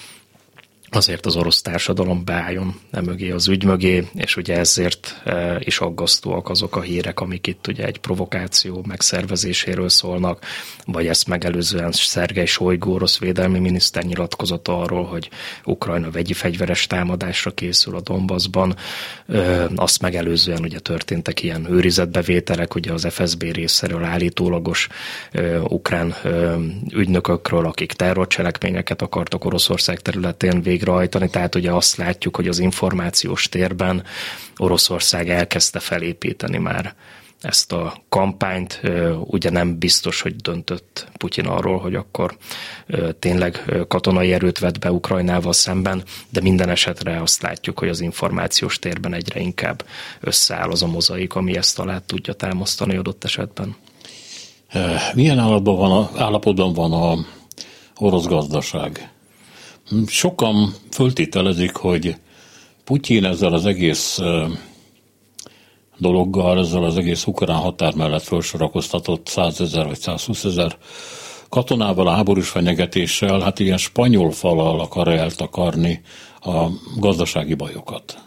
az orosz társadalom beálljon emögé az ügy mögé, és ugye ezért is aggasztóak azok a hírek, amik itt ugye egy provokáció megszervezéséről szólnak, vagy ezt megelőzően Szergej Sojgu orosz védelmi miniszter nyilatkozata arról, hogy Ukrajna vegyi fegyveres támadásra készül a Donbassban. Azt megelőzően ugye történtek ilyen őrizetbevételek, ugye az FSB részéről állítólagos ukrán ügynökökről, akik terrorcselekményeket akartak Oroszország területén végrehajtani, tehát ugye azt látjuk, hogy az információs térben Oroszország elkezdte felépíteni már ezt a kampányt. Ugye nem biztos, hogy döntött Putyin arról, hogy akkor tényleg katonai erőt vet be Ukrajnával szemben, de minden esetre azt látjuk, hogy az információs térben egyre inkább összeáll az a mozaik, ami ezt alá tudja támasztani adott esetben. Milyen állapotban van a orosz gazdaság? Sokan föltételezik, hogy Putyin ezzel az egész dologgal, ezzel az egész ukrán határ mellett felsorakoztatott 100 000 vagy 120 000 katonával, a háborús fenyegetéssel, hát ilyen spanyol fallal akar eltakarni a gazdasági bajokat.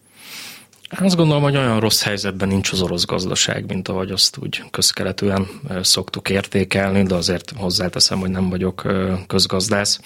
Azt gondolom, hogy olyan rossz helyzetben nincs az orosz gazdaság, mint ahogy azt úgy közkeletűen szoktuk értékelni, de azért hozzáteszem, hogy nem vagyok közgazdász.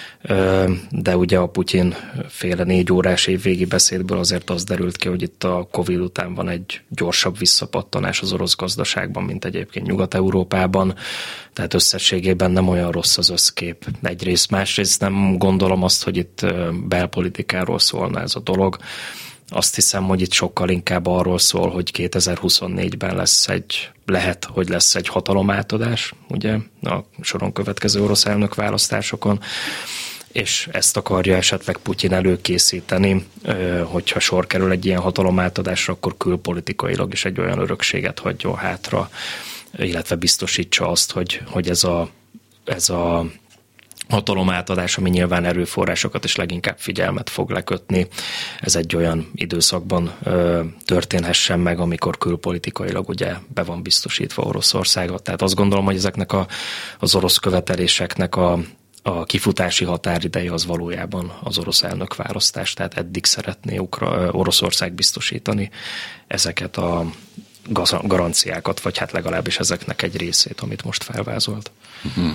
De ugye a Putyin féle 4 órás évvégi beszédből azért az derült ki, hogy itt a Covid után van egy gyorsabb visszapattanás az orosz gazdaságban, mint egyébként Nyugat-Európában, tehát összességében nem olyan rossz az összkép egyrészt. Másrészt nem gondolom azt, hogy itt belpolitikáról szólna ez a dolog. Azt hiszem, hogy itt sokkal inkább arról szól, hogy 2024-ben lehet, hogy lesz egy hatalomátadás, ugye, a soron következő orosz elnök választásokon, és ezt akarja esetleg Putyin előkészíteni, hogyha sor kerül egy ilyen hatalomátadásra, akkor külpolitikailag is egy olyan örökséget hagyjon hátra, illetve biztosítsa azt, hogy ez a ez a hatalomátadás, ami nyilván erőforrásokat és leginkább figyelmet fog lekötni. Ez egy olyan időszakban történhessen meg, amikor külpolitikailag ugye be van biztosítva Oroszországot. Tehát azt gondolom, hogy ezeknek az orosz követeléseknek a kifutási határideje az valójában az orosz elnökválasztás, tehát eddig szeretné Oroszország biztosítani ezeket a garanciákat, vagy hát legalábbis ezeknek egy részét, amit most felvázolt. Uh-huh.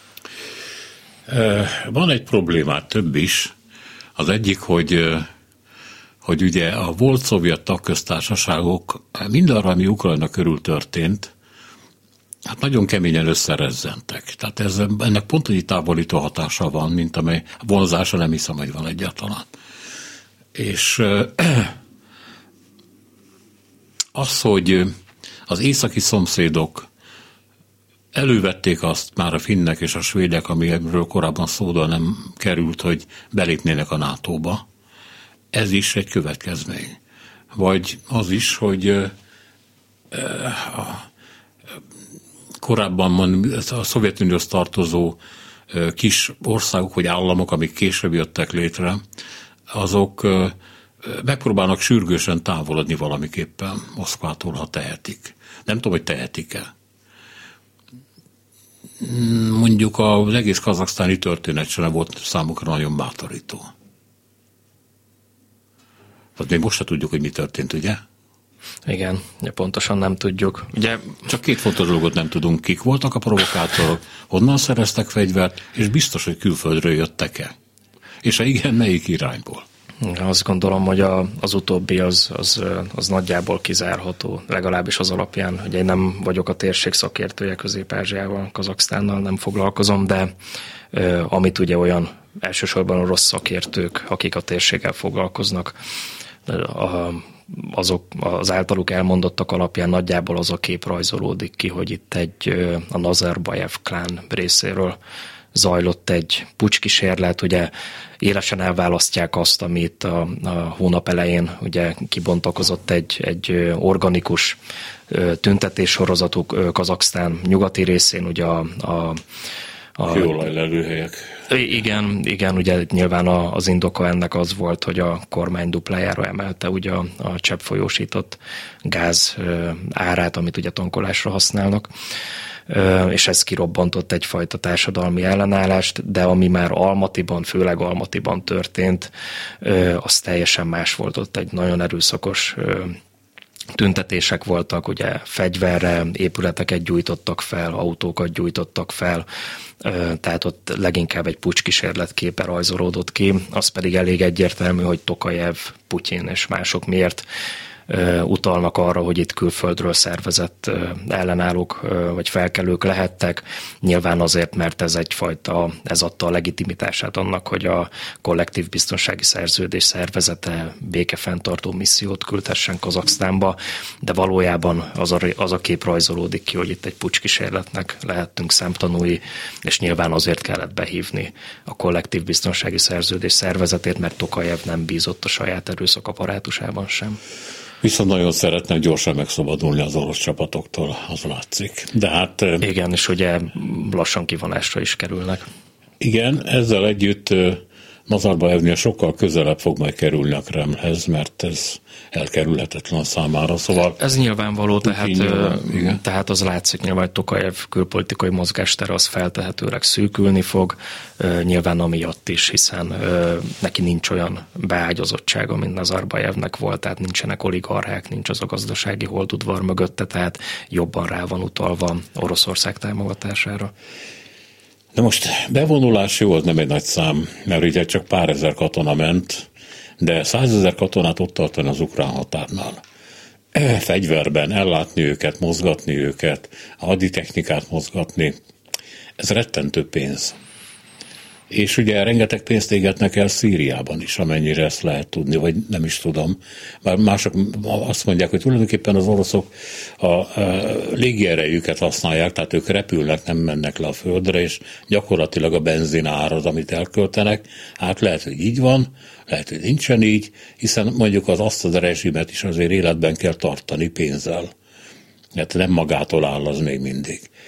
Van egy problémát, több is. Az egyik, hogy ugye a volt szovjet tagköztársaságok mindarra, ami Ukrajna körül történt, hát nagyon keményen összerezzentek. Tehát ennek pont egy távolító hatása van, mint amely vonzása nem hiszem, hogy van egyáltalán. És az, hogy az északi szomszédok elővették azt már a finnek és a svédek, amiről korábban szóba nem került, hogy belépnének a NATO-ba. Ez is egy következmény. Vagy az is, hogy korábban a Szovjetunióhoz tartozó kis országok vagy államok, amik később jöttek létre, azok megpróbálnak sürgősen távolodni valamiképpen Moszkvától, ha tehetik. Nem tudom, hogy tehetik-e. Mondjuk az egész kazaksztáni történet sem volt számukra nagyon bátorító. Tehát még most se tudjuk, hogy mi történt, ugye? Igen, pontosan nem tudjuk. Ugye... Csak két fontos dolgot nem tudunk, kik voltak a provokátorok, honnan szereztek fegyvert, és biztos, hogy külföldről jöttek-e. És ha igen, melyik irányból? Azt gondolom, hogy az utóbbi az nagyjából kizárható, legalábbis az alapján, hogy én nem vagyok a térség szakértője, Közép-Ázsiával, Kazaksztánnal nem foglalkozom, de amit ugye olyan elsősorban orosz szakértők, akik a térséggel foglalkoznak, azok az általuk elmondottak alapján nagyjából az a kép rajzolódik ki, hogy itt a Nazarbayev klán részéről zajlott egy pucskísérlet, ugye élesen elválasztják azt, amit a hónap elején ugye kibontakozott egy organikus tüntetéssorozatuk Kazaksztán nyugati részén, ugye a kőolajlelőhelyek. Igen, ugye nyilván az indoka ennek az volt, hogy a kormány duplájára emelte ugye a cseppfolyósított gáz árát, amit ugye tankolásra használnak, és ez kirobbantott egyfajta társadalmi ellenállást, de ami már Almatiban, főleg Almatiban történt, az teljesen más volt, ott egy nagyon erőszakos tüntetések voltak, ugye fegyverre épületeket gyújtottak fel, autókat gyújtottak fel, tehát ott leginkább egy pucskísérlet képe rajzolódott ki, az pedig elég egyértelmű, hogy Tokajev, Putyin és mások miért utalnak arra, hogy itt külföldről szervezett ellenállók vagy felkelők lehettek. Nyilván azért, mert ez adta a legitimitását annak, hogy a kollektív biztonsági szerződés szervezete békefenntartó missziót küldhessen Kazaksztánba, de valójában az a kép rajzolódik ki, hogy itt egy pucskísérletnek lehettünk szemtanúi, és nyilván azért kellett behívni a kollektív biztonsági szerződés szervezetét, mert Tokajev nem bízott a saját erőszak apparátusában sem. Viszont nagyon szeretne gyorsan megszabadulni az orosz csapatoktól, az látszik. De hát... Igen, és ugye lassan kivonásra is kerülnek. Igen, ezzel együtt Nazarbajevnél sokkal közelebb fog majd kerülni a Kremlhez, mert ez elkerülhetetlen számára. Szóval ez nyilvánvaló, tehát az látszik nyilván, hogy Tokajev külpolitikai mozgástere az feltehetőleg szűkülni fog, nyilván amiatt is, hiszen neki nincs olyan beágyazottsága, mint Nazarbajevnek volt, tehát nincsenek oligarchák, nincs az a gazdasági holdudvar mögötte, tehát jobban rá van utalva Oroszország támogatására. De most bevonulás jó, az nem egy nagy szám, mert ugye csak pár ezer katona ment, de 100 000 katonát ott tartani az ukrán határnál. Fegyverben ellátni őket, mozgatni őket, a haditechnikát mozgatni, ez rettentő pénz. És ugye rengeteg pénzt égetnek el Szíriában is, amennyire ezt lehet tudni, vagy nem is tudom. Már mások azt mondják, hogy tulajdonképpen az oroszok a légierejüket használják, tehát ők repülnek, nem mennek le a földre, és gyakorlatilag a benzin ár az, amit elköltenek. Hát lehet, hogy így van, lehet, hogy nincsen így, hiszen mondjuk az Assad rezsimet is azért életben kell tartani pénzzel. Hát nem magától áll az még mindig.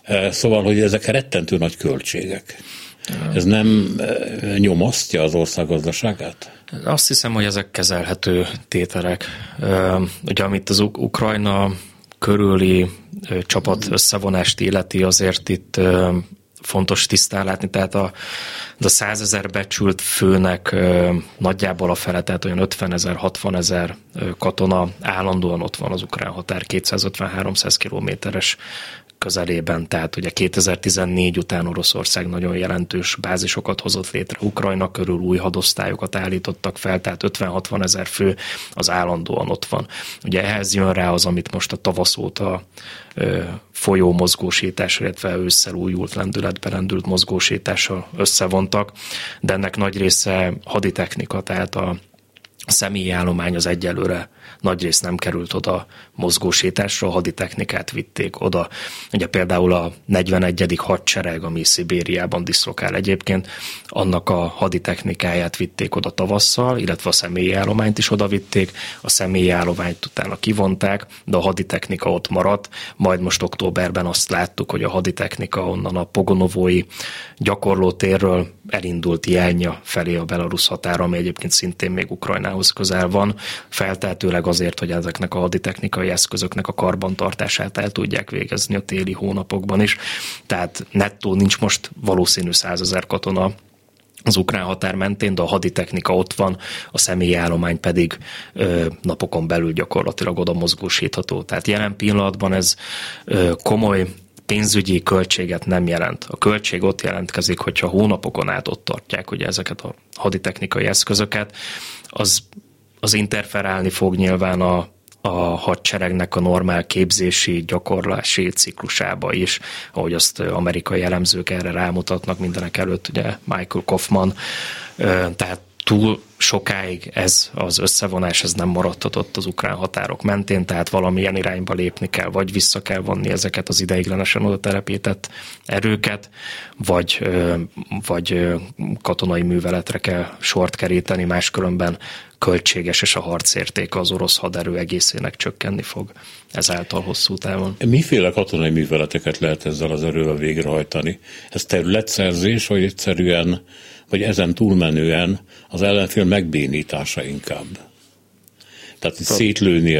Szóval, hogy ezek rettentő nagy költségek. Ez nem nyomasztja az ország gazdaságát? Azt hiszem, hogy ezek kezelhető tételek. Ugye, amit az Ukrajna körüli csapat összevonást illeti, azért itt fontos tisztán látni, tehát a 100 000 becsült főnek nagyjából a fele, tehát olyan 50 000, 60 000 katona állandóan ott van az ukrán határ 250-300 kilométeres közelében, tehát ugye 2014 után Oroszország nagyon jelentős bázisokat hozott létre, Ukrajna körül új hadosztályokat állítottak fel, tehát 50-60 000 fő az állandóan ott van. Ugye ehhez jön rá az, amit most a tavasz óta folyó mozgósítás, illetve ősszel újult lendületbe lendült mozgósítással összevontak, de ennek nagy része haditechnika, tehát a személyi állomány az egyelőre nagyrészt nem került oda mozgósításra, a haditechnikát vitték oda. Ugye például a 41. hadsereg, ami Szibériában diszlokál egyébként, annak a haditechnikáját vitték oda tavasszal, illetve a személyi állományt is oda vitték, a személyi állományt utána kivonták, de a haditechnika ott maradt, majd most októberben azt láttuk, hogy a haditechnika onnan a Pogonovói gyakorlótérről elindult Jelnya felé a belarusz határa, ami egyébként szintén még Ukrajnához közel van, feltehetőleg azért, hogy ezeknek a haditechnikai eszközöknek a karbantartását el tudják végezni a téli hónapokban is. Tehát nettó nincs most valószínű 100 000 katona az ukrán határ mentén, de a haditechnika ott van, a személyi állomány pedig napokon belül gyakorlatilag oda mozgósítható. Tehát jelen pillanatban ez komoly pénzügyi költséget nem jelent. A költség ott jelentkezik, hogyha hónapokon át ott tartják ugye ezeket a haditechnikai eszközöket, az interferálni fog nyilván a hadseregnek a normál képzési, gyakorlási ciklusába is, ahogy azt amerikai elemzők erre rámutatnak mindenek előtt, ugye Michael Kaufman, tehát túl sokáig ez az összevonás ez nem maradhatott az ukrán határok mentén, tehát valamilyen irányba lépni kell, vagy vissza kell vonni ezeket az ideiglenesen oda telepített erőket, vagy katonai műveletre kell sort keríteni, máskülönben költséges, és a harcértéke az orosz haderő egészének csökkenni fog ezáltal hosszú távon. Miféle katonai műveleteket lehet ezzel az erővel végrehajtani? Ez területszerzés, vagy egyszerűen, vagy ezen túlmenően az ellenfél megbénítása inkább? Tehát szétlőni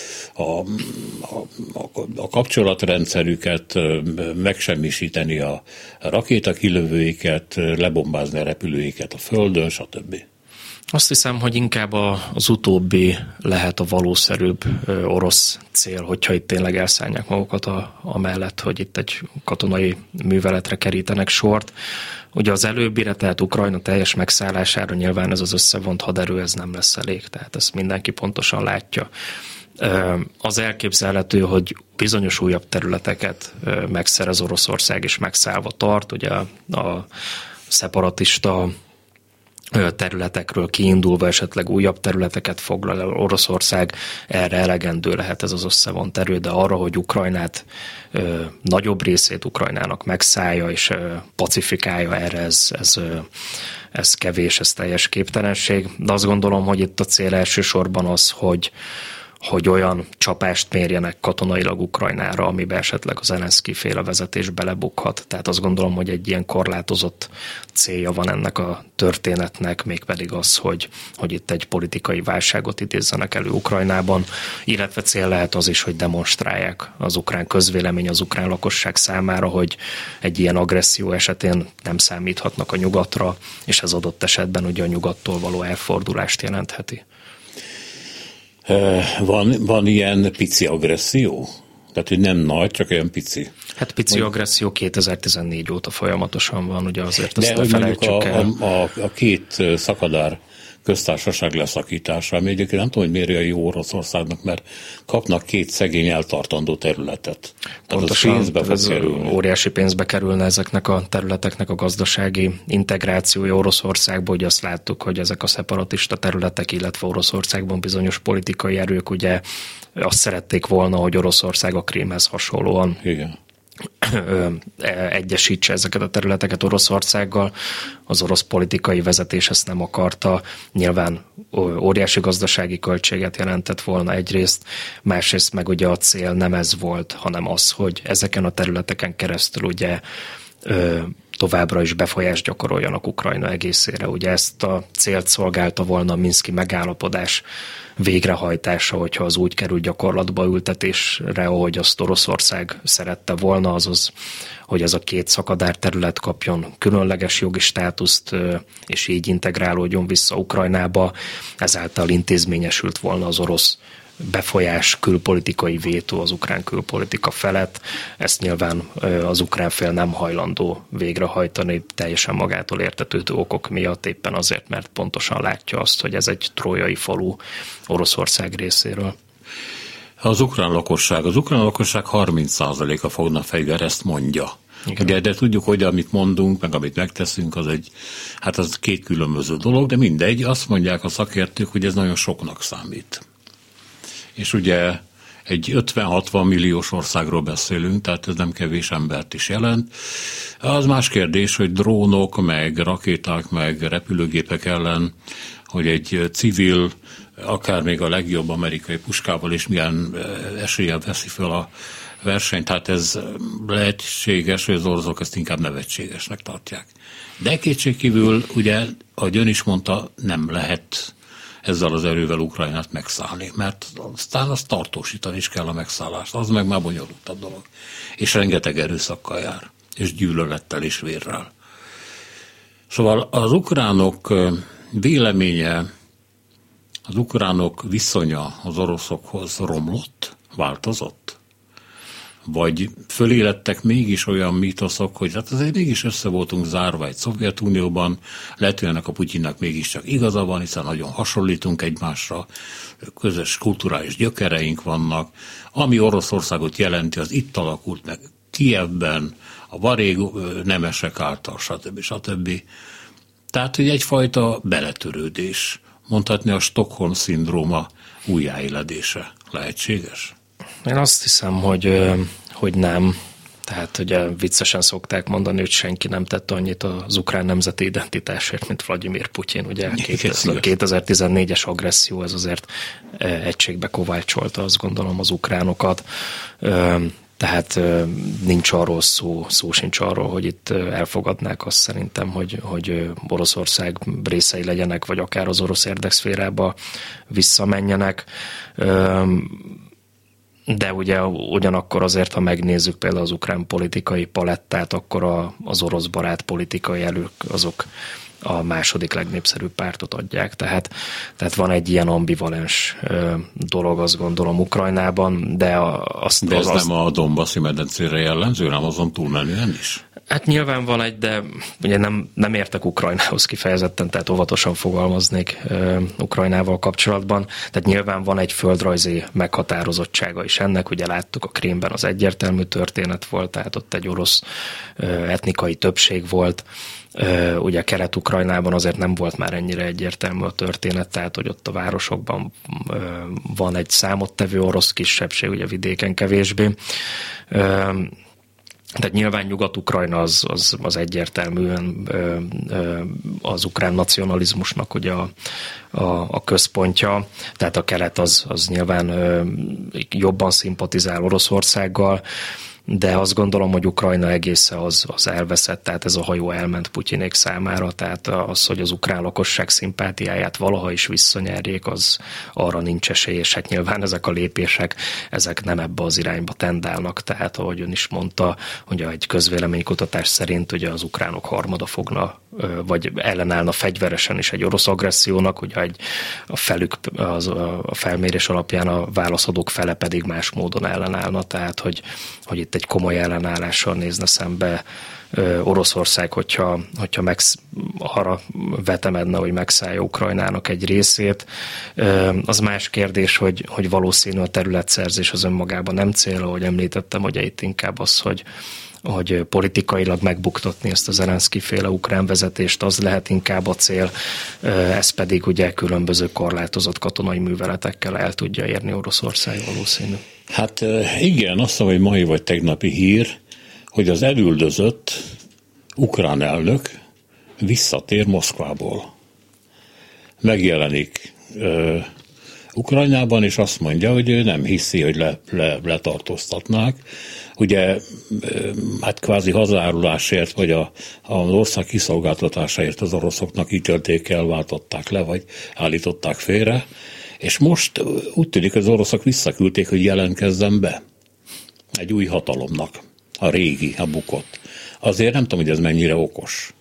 a kapcsolatrendszerüket, megsemmisíteni a rakétakilövőiket, lebombázni a repülőiket a földön, stb. Azt hiszem, hogy inkább az utóbbi lehet a valószerűbb orosz cél, hogyha itt tényleg elszállják magukat amellett, hogy itt egy katonai műveletre kerítenek sort. Ugye az előbbire, tehát Ukrajna teljes megszállására nyilván ez az összevont haderő, ez nem lesz elég, tehát ezt mindenki pontosan látja. Az elképzelhető, hogy bizonyos újabb területeket megszerez Oroszország és megszállva tart, ugye a szeparatista területekről kiindulva esetleg újabb területeket foglal el Oroszország, erre elegendő lehet ez az összevont erő, de arra, hogy Ukrajnát, nagyobb részét Ukrajnának megszállja és pacifikálja, erre ez kevés, ez teljes képtelenség. De azt gondolom, hogy itt a cél elsősorban az, hogy olyan csapást mérjenek katonailag Ukrajnára, amiben esetleg az Zelenszkij féle vezetés belebukhat. Tehát azt gondolom, hogy egy ilyen korlátozott célja van ennek a történetnek, mégpedig az, hogy itt egy politikai válságot idézzenek elő Ukrajnában, illetve cél lehet az is, hogy demonstrálják az ukrán közvélemény, az ukrán lakosság számára, hogy egy ilyen agresszió esetén nem számíthatnak a nyugatra, és ez adott esetben ugye a nyugattól való elfordulást jelentheti. Van ilyen pici agresszió? Tehát, hogy nem nagy, csak olyan pici. Hát pici agresszió 2014 óta folyamatosan van, ugye azért azt ne felejtsük el. A két szakadár köztársaság leszakítása, ami egyébként nem tudom, hogy miért olyan jó Oroszországnak, mert kapnak két szegény eltartandó területet. Pontosan, ez óriási pénzbe kerülne ezeknek a területeknek a gazdasági integrációja Oroszországban, hogy azt láttuk, hogy ezek a szeparatista területek, illetve Oroszországban bizonyos politikai erők ugye azt szerették volna, hogy Oroszország a Krímhez hasonlóan egyesítse ezeket a területeket Oroszországgal. Az orosz politikai vezetés ezt nem akarta. Nyilván óriási gazdasági költséget jelentett volna egyrészt, másrészt meg ugye a cél nem ez volt, hanem az, hogy ezeken a területeken keresztül ugye továbbra is befolyást gyakoroljanak Ukrajna egészére. Ugye ezt a célt szolgálta volna a minszki megállapodás végrehajtása, hogyha az úgy kerül gyakorlatba ültetésre, ahogy azt Oroszország szerette volna, azaz, hogy ez a két szakadár terület kapjon különleges jogi státuszt, és így integrálódjon vissza Ukrajnába, ezáltal intézményesült volna az orosz befolyás, külpolitikai vétó az ukrán külpolitika felett. Ezt nyilván az ukrán fél nem hajlandó végrehajtani teljesen magától értetődő okok miatt, éppen azért, mert pontosan látja azt, hogy ez egy trójai falu Oroszország részéről. Az ukrán lakosság 30%-a fogna fegyver, ezt mondja. Ugye, de tudjuk, hogy amit mondunk, meg amit megteszünk, az két különböző dolog, de mindegy, azt mondják a szakértők, hogy ez nagyon soknak számít. És ugye egy 50-60 milliós országról beszélünk, tehát ez nem kevés embert is jelent. Az más kérdés, hogy drónok, meg rakéták, meg repülőgépek ellen, hogy egy civil, akár még a legjobb amerikai puskával is milyen eséllyel veszi fel a versenyt. Tehát ez lehetséges, hogy az oroszok ezt inkább nevetségesnek tartják. De kétségkívül, ugye, ahogy ön is mondta, nem lehet ezzel az erővel Ukrajnát megszállni, mert aztán azt tartósítani is kell a megszállást, az meg már bonyolultabb dolog. És rengeteg erőszakkal jár, és gyűlölettel és vérrel. Szóval az ukránok véleménye, az ukránok viszonya az oroszokhoz romlott, változott? Vagy fölélettek mégis olyan mítoszok, hogy hát azért mégis össze voltunk zárva egy Szovjetunióban, lehet, hogy ennek a Putyinnak mégiscsak igaza van, hiszen nagyon hasonlítunk egymásra, közös kulturális gyökereink vannak, ami Oroszországot jelenti, az itt alakult meg Kijevben, a varég nemesek által, stb. Tehát, hogy egyfajta beletörődés, mondhatni a Stockholm-szindróma újjáéledése lehetséges? Én azt hiszem, hogy nem. Tehát ugye viccesen szokták mondani, hogy senki nem tett annyit az ukrán nemzeti identitásért, mint Vladimir Putyin. Ugye a 2014-es agresszió, ez azért egységbe kovácsolta, azt gondolom, az ukránokat. Tehát nincs arról szó sincs arról, hogy itt elfogadnák azt szerintem, hogy Oroszország részei legyenek, vagy akár az orosz érdekszférába visszamenjenek. De ugye ugyanakkor azért, ha megnézzük például az ukrán politikai palettát, akkor az orosz barát politikai erők azok a második legnépszerűbb pártot adják. Tehát van egy ilyen ambivalens dolog, azt gondolom, Ukrajnában, de ez nem a Donbassi medencére jellemző, nem azon túlmenően is? Hát nyilván van egy, de ugye nem értek Ukrajnához kifejezetten, tehát óvatosan fogalmaznék Ukrajnával kapcsolatban. Tehát nyilván van egy földrajzi meghatározottsága is ennek, ugye láttuk a Krímben az egyértelmű történet volt, tehát ott egy orosz etnikai többség volt. Ugye Kelet-Ukrajnában azért nem volt már ennyire egyértelmű a történet, tehát hogy ott a városokban van egy számottevő orosz kisebbség, ugye vidéken kevésbé. Tehát nyilván Nyugat-Ukrajna az egyértelműen az ukrán nacionalizmusnak ugye a központja, tehát a kelet az nyilván jobban szimpatizál Oroszországgal, de azt gondolom, hogy Ukrajna egésze az elveszett, tehát ez a hajó elment Putyinék számára, tehát az, hogy az ukrán lakosság szimpátiáját valaha is visszanyerjék, az arra nincs esély, és hát nyilván ezek a lépések, ezek nem ebbe az irányba tendálnak, tehát ahogy ön is mondta, hogy egy közvéleménykutatás szerint ugye az ukránok harmada fogna, vagy ellenállna fegyveresen is egy orosz agressziónak, ugye a felmérés alapján a válaszadók fele pedig más módon ellenállna, tehát hogy itt egy komoly ellenállással nézne szembe Oroszország, hogyha arra vetemedne, hogy megszállja Ukrajnának egy részét. Az más kérdés, hogy valószínű a területszerzés az önmagában nem cél, ahogy említettem, hogy itt inkább az, hogy politikailag megbuktatni ezt a Zelenszky-féle ukrán vezetést, az lehet inkább a cél, ez pedig ugye különböző korlátozott katonai műveletekkel el tudja érni Oroszország valószínű. Hát igen, azt mondom, hogy mai vagy tegnapi hír, hogy az elüldözött ukrán elnök visszatér Moszkvából. Megjelenik Ukrajnában, és azt mondja, hogy ő nem hiszi, hogy letartóztatnák. Ugye, hát kvázi hazárulásért, vagy az ország kiszolgáltatásáért az oroszoknak ítélték el, váltották le, vagy állították félre, és most úgy tűnik, az oroszok visszaküldték, hogy jelentkezzen be egy új hatalomnak, a régi, a bukott. Azért nem tudom, hogy ez mennyire okos.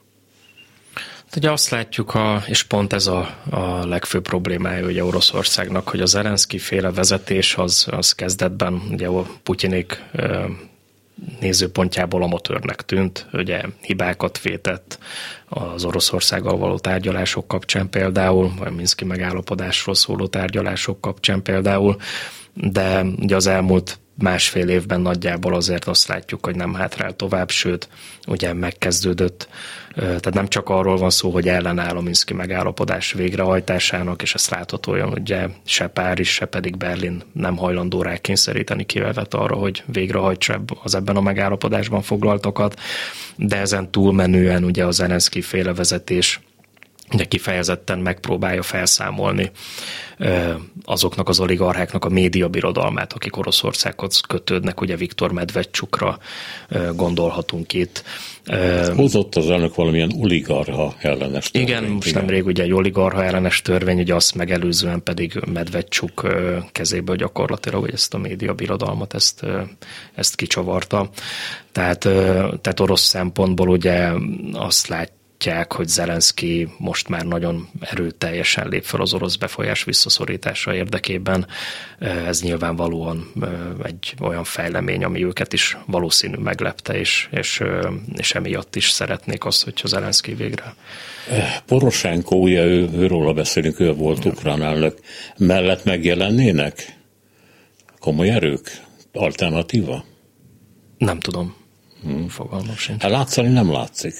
Ugye azt látjuk, és pont ez a legfőbb problémája ugye Oroszországnak, hogy a Zelenszkij féle vezetés az kezdetben ugye Putyinék nézőpontjából amatőrnek tűnt, ugye hibákat vétett az Oroszországgal való tárgyalások kapcsán például, vagy a Minszki megállapodásról szóló tárgyalások kapcsán például, de ugye az elmúlt másfél évben nagyjából azért azt látjuk, hogy nem hátrál tovább, sőt, ugye megkezdődött. Tehát nem csak arról van szó, hogy ellenáll a Minszki megállapodás végrehajtásának, és ezt látható olyan, hogy se Párizs, se pedig Berlin nem hajlandó rákényszeríteni kivevet arra, hogy végrehajtsa az ebben a megállapodásban foglaltakat, de ezen túlmenően ugye a Zelenszkij féle vezetés ugye kifejezetten megpróbálja felszámolni azoknak az oligarcháknak a médiabirodalmát, akik Oroszországhoz kötődnek, ugye Viktor Medvedcsukra gondolhatunk itt. Hozott az elnök valamilyen oligarcha ellenes törvény. Igen, most nemrég ugye egy oligarcha ellenes törvény, ugye azt megelőzően pedig Medvedcsuk kezéből gyakorlatilag, hogy ezt a médiabirodalmat, ezt kicsavarta. Tehát orosz szempontból ugye azt látjuk, hogy Zelenszkij most már nagyon erőteljesen lép fel az orosz befolyás visszaszorítása érdekében. Ez nyilvánvalóan egy olyan fejlemény, ami őket is valószínű meglepte, és emiatt is szeretnék azt, hogyha Zelenszkij végre. Poroshenko, ugye őróla beszélünk, ő volt ukrán elnök, mellett megjelennének komoly erők? Alternatíva? Nem tudom. Fogalmam sincs. Hát látszani nem látszik.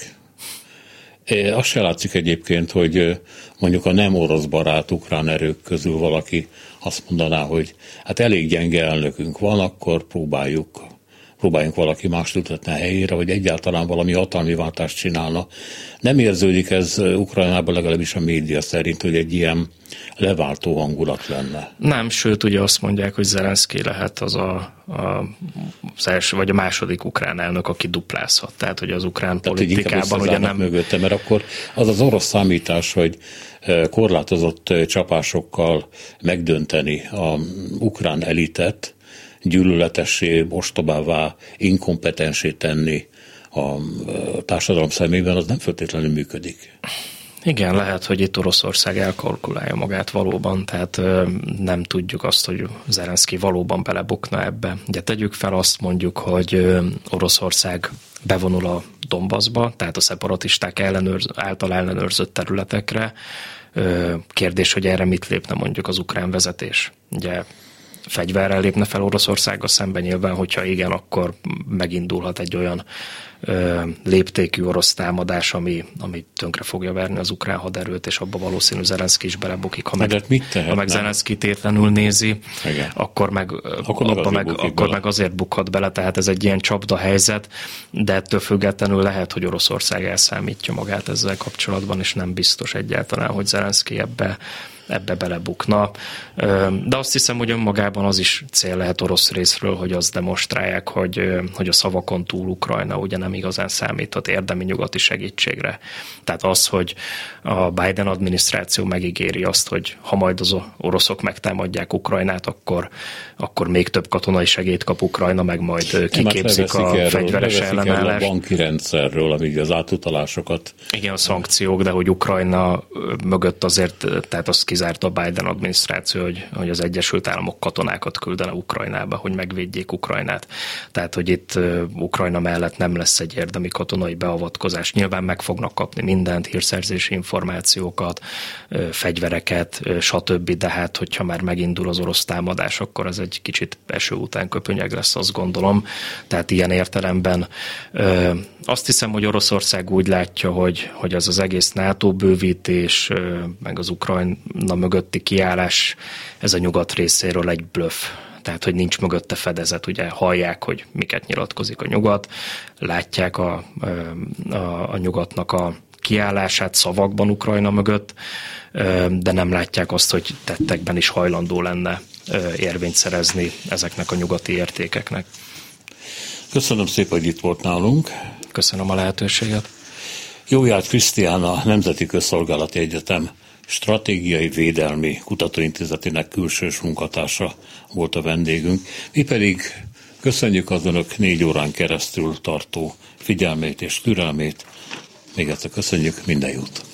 Azt se látszik egyébként, hogy mondjuk a nem orosz barát ukrán erők közül valaki azt mondaná, hogy hát elég gyenge elnökünk van, akkor próbáljunk valaki mást ültetni a helyére, vagy egyáltalán valami hatalmi váltást csinálna. Nem érződik ez Ukrajnában, legalábbis a média szerint, hogy egy ilyen leváltó hangulat lenne. Nem, sőt, ugye azt mondják, hogy Zelenszkij lehet az első, vagy a második ukrán elnök, aki duplázhat. Tehát, hogy az ukrán politikában ugye nem... mögötte, mert akkor az orosz számítás, hogy korlátozott csapásokkal megdönteni az ukrán elitet, gyűlöletessé, ostobává, inkompetensé tenni a társadalom szemében, az nem feltétlenül működik. Igen, lehet, hogy itt Oroszország elkalkulálja magát valóban, tehát nem tudjuk azt, hogy Zelenszkij valóban belebukna ebbe. Ugye tegyük fel azt mondjuk, hogy Oroszország bevonul a Donbaszba, tehát a szeparatisták által ellenőrzött területekre. Kérdés, hogy erre mit lépne mondjuk az ukrán vezetés. Ugye fegyverrel lépne fel Oroszországgal szemben, nyilván, hogyha igen, akkor megindulhat egy olyan léptékű orosz támadás, ami tönkre fogja verni az ukrán haderőt, és abba valószínű Zelenszkij is belebukik. Ha meg Zelenszkij tétlenül nézi, akkor meg azért bukhat bele, tehát ez egy ilyen csapda helyzet, de ettől függetlenül lehet, hogy Oroszország elszámítja magát ezzel kapcsolatban, és nem biztos egyáltalán, hogy Zelenszkij ebbe belebukna. De azt hiszem, hogy önmagában az is cél lehet orosz részről, hogy azt demonstrálják, hogy a szavakon túl Ukrajna ugye nem igazán számíthat érdemi nyugati segítségre. Tehát az, hogy a Biden adminisztráció megígéri azt, hogy ha majd az oroszok megtámadják Ukrajnát, akkor még több katonai segélyt kap Ukrajna, meg majd kiképzik a fegyveres ellenállást. A banki rendszerről, amíg az átutalásokat. Igen, a szankciók, de hogy Ukrajna mögött azért, tehát azt kizárta a Biden adminisztráció, hogy az Egyesült Államok katonákat küldene Ukrajnába, hogy megvédjék Ukrajnát. Tehát, hogy itt Ukrajna mellett nem lesz egy érdemi katonai beavatkozás. Nyilván meg fognak kapni mindent, hírszerzési információkat, fegyvereket, stb. De hát, hogyha már megindul az orosz támadás, akkor ez egy kicsit eső után köpönyeg lesz, azt gondolom. Tehát ilyen értelemben azt hiszem, hogy Oroszország úgy látja, hogy az egész NATO bővítés, meg az Ukrajna mögötti kiállás, ez a nyugat részéről egy bluff. tehát hogy nincs mögötte fedezet, ugye hallják, hogy miket nyilatkozik a nyugat, látják a nyugatnak a kiállását szavakban Ukrajna mögött, de nem látják azt, hogy tettekben is hajlandó lenne érvényt szerezni ezeknek a nyugati értékeknek. Köszönöm szépen, hogy itt volt nálunk. Köszönöm a lehetőséget. Jójárd Krisztián, a Nemzeti Közszolgálati Egyetem Stratégiai Védelmi Kutatóintézetének külsős munkatársa volt a vendégünk. Mi pedig köszönjük az önök 4 órán keresztül tartó figyelmét és türelmét. Még egyszer köszönjük, minden jót!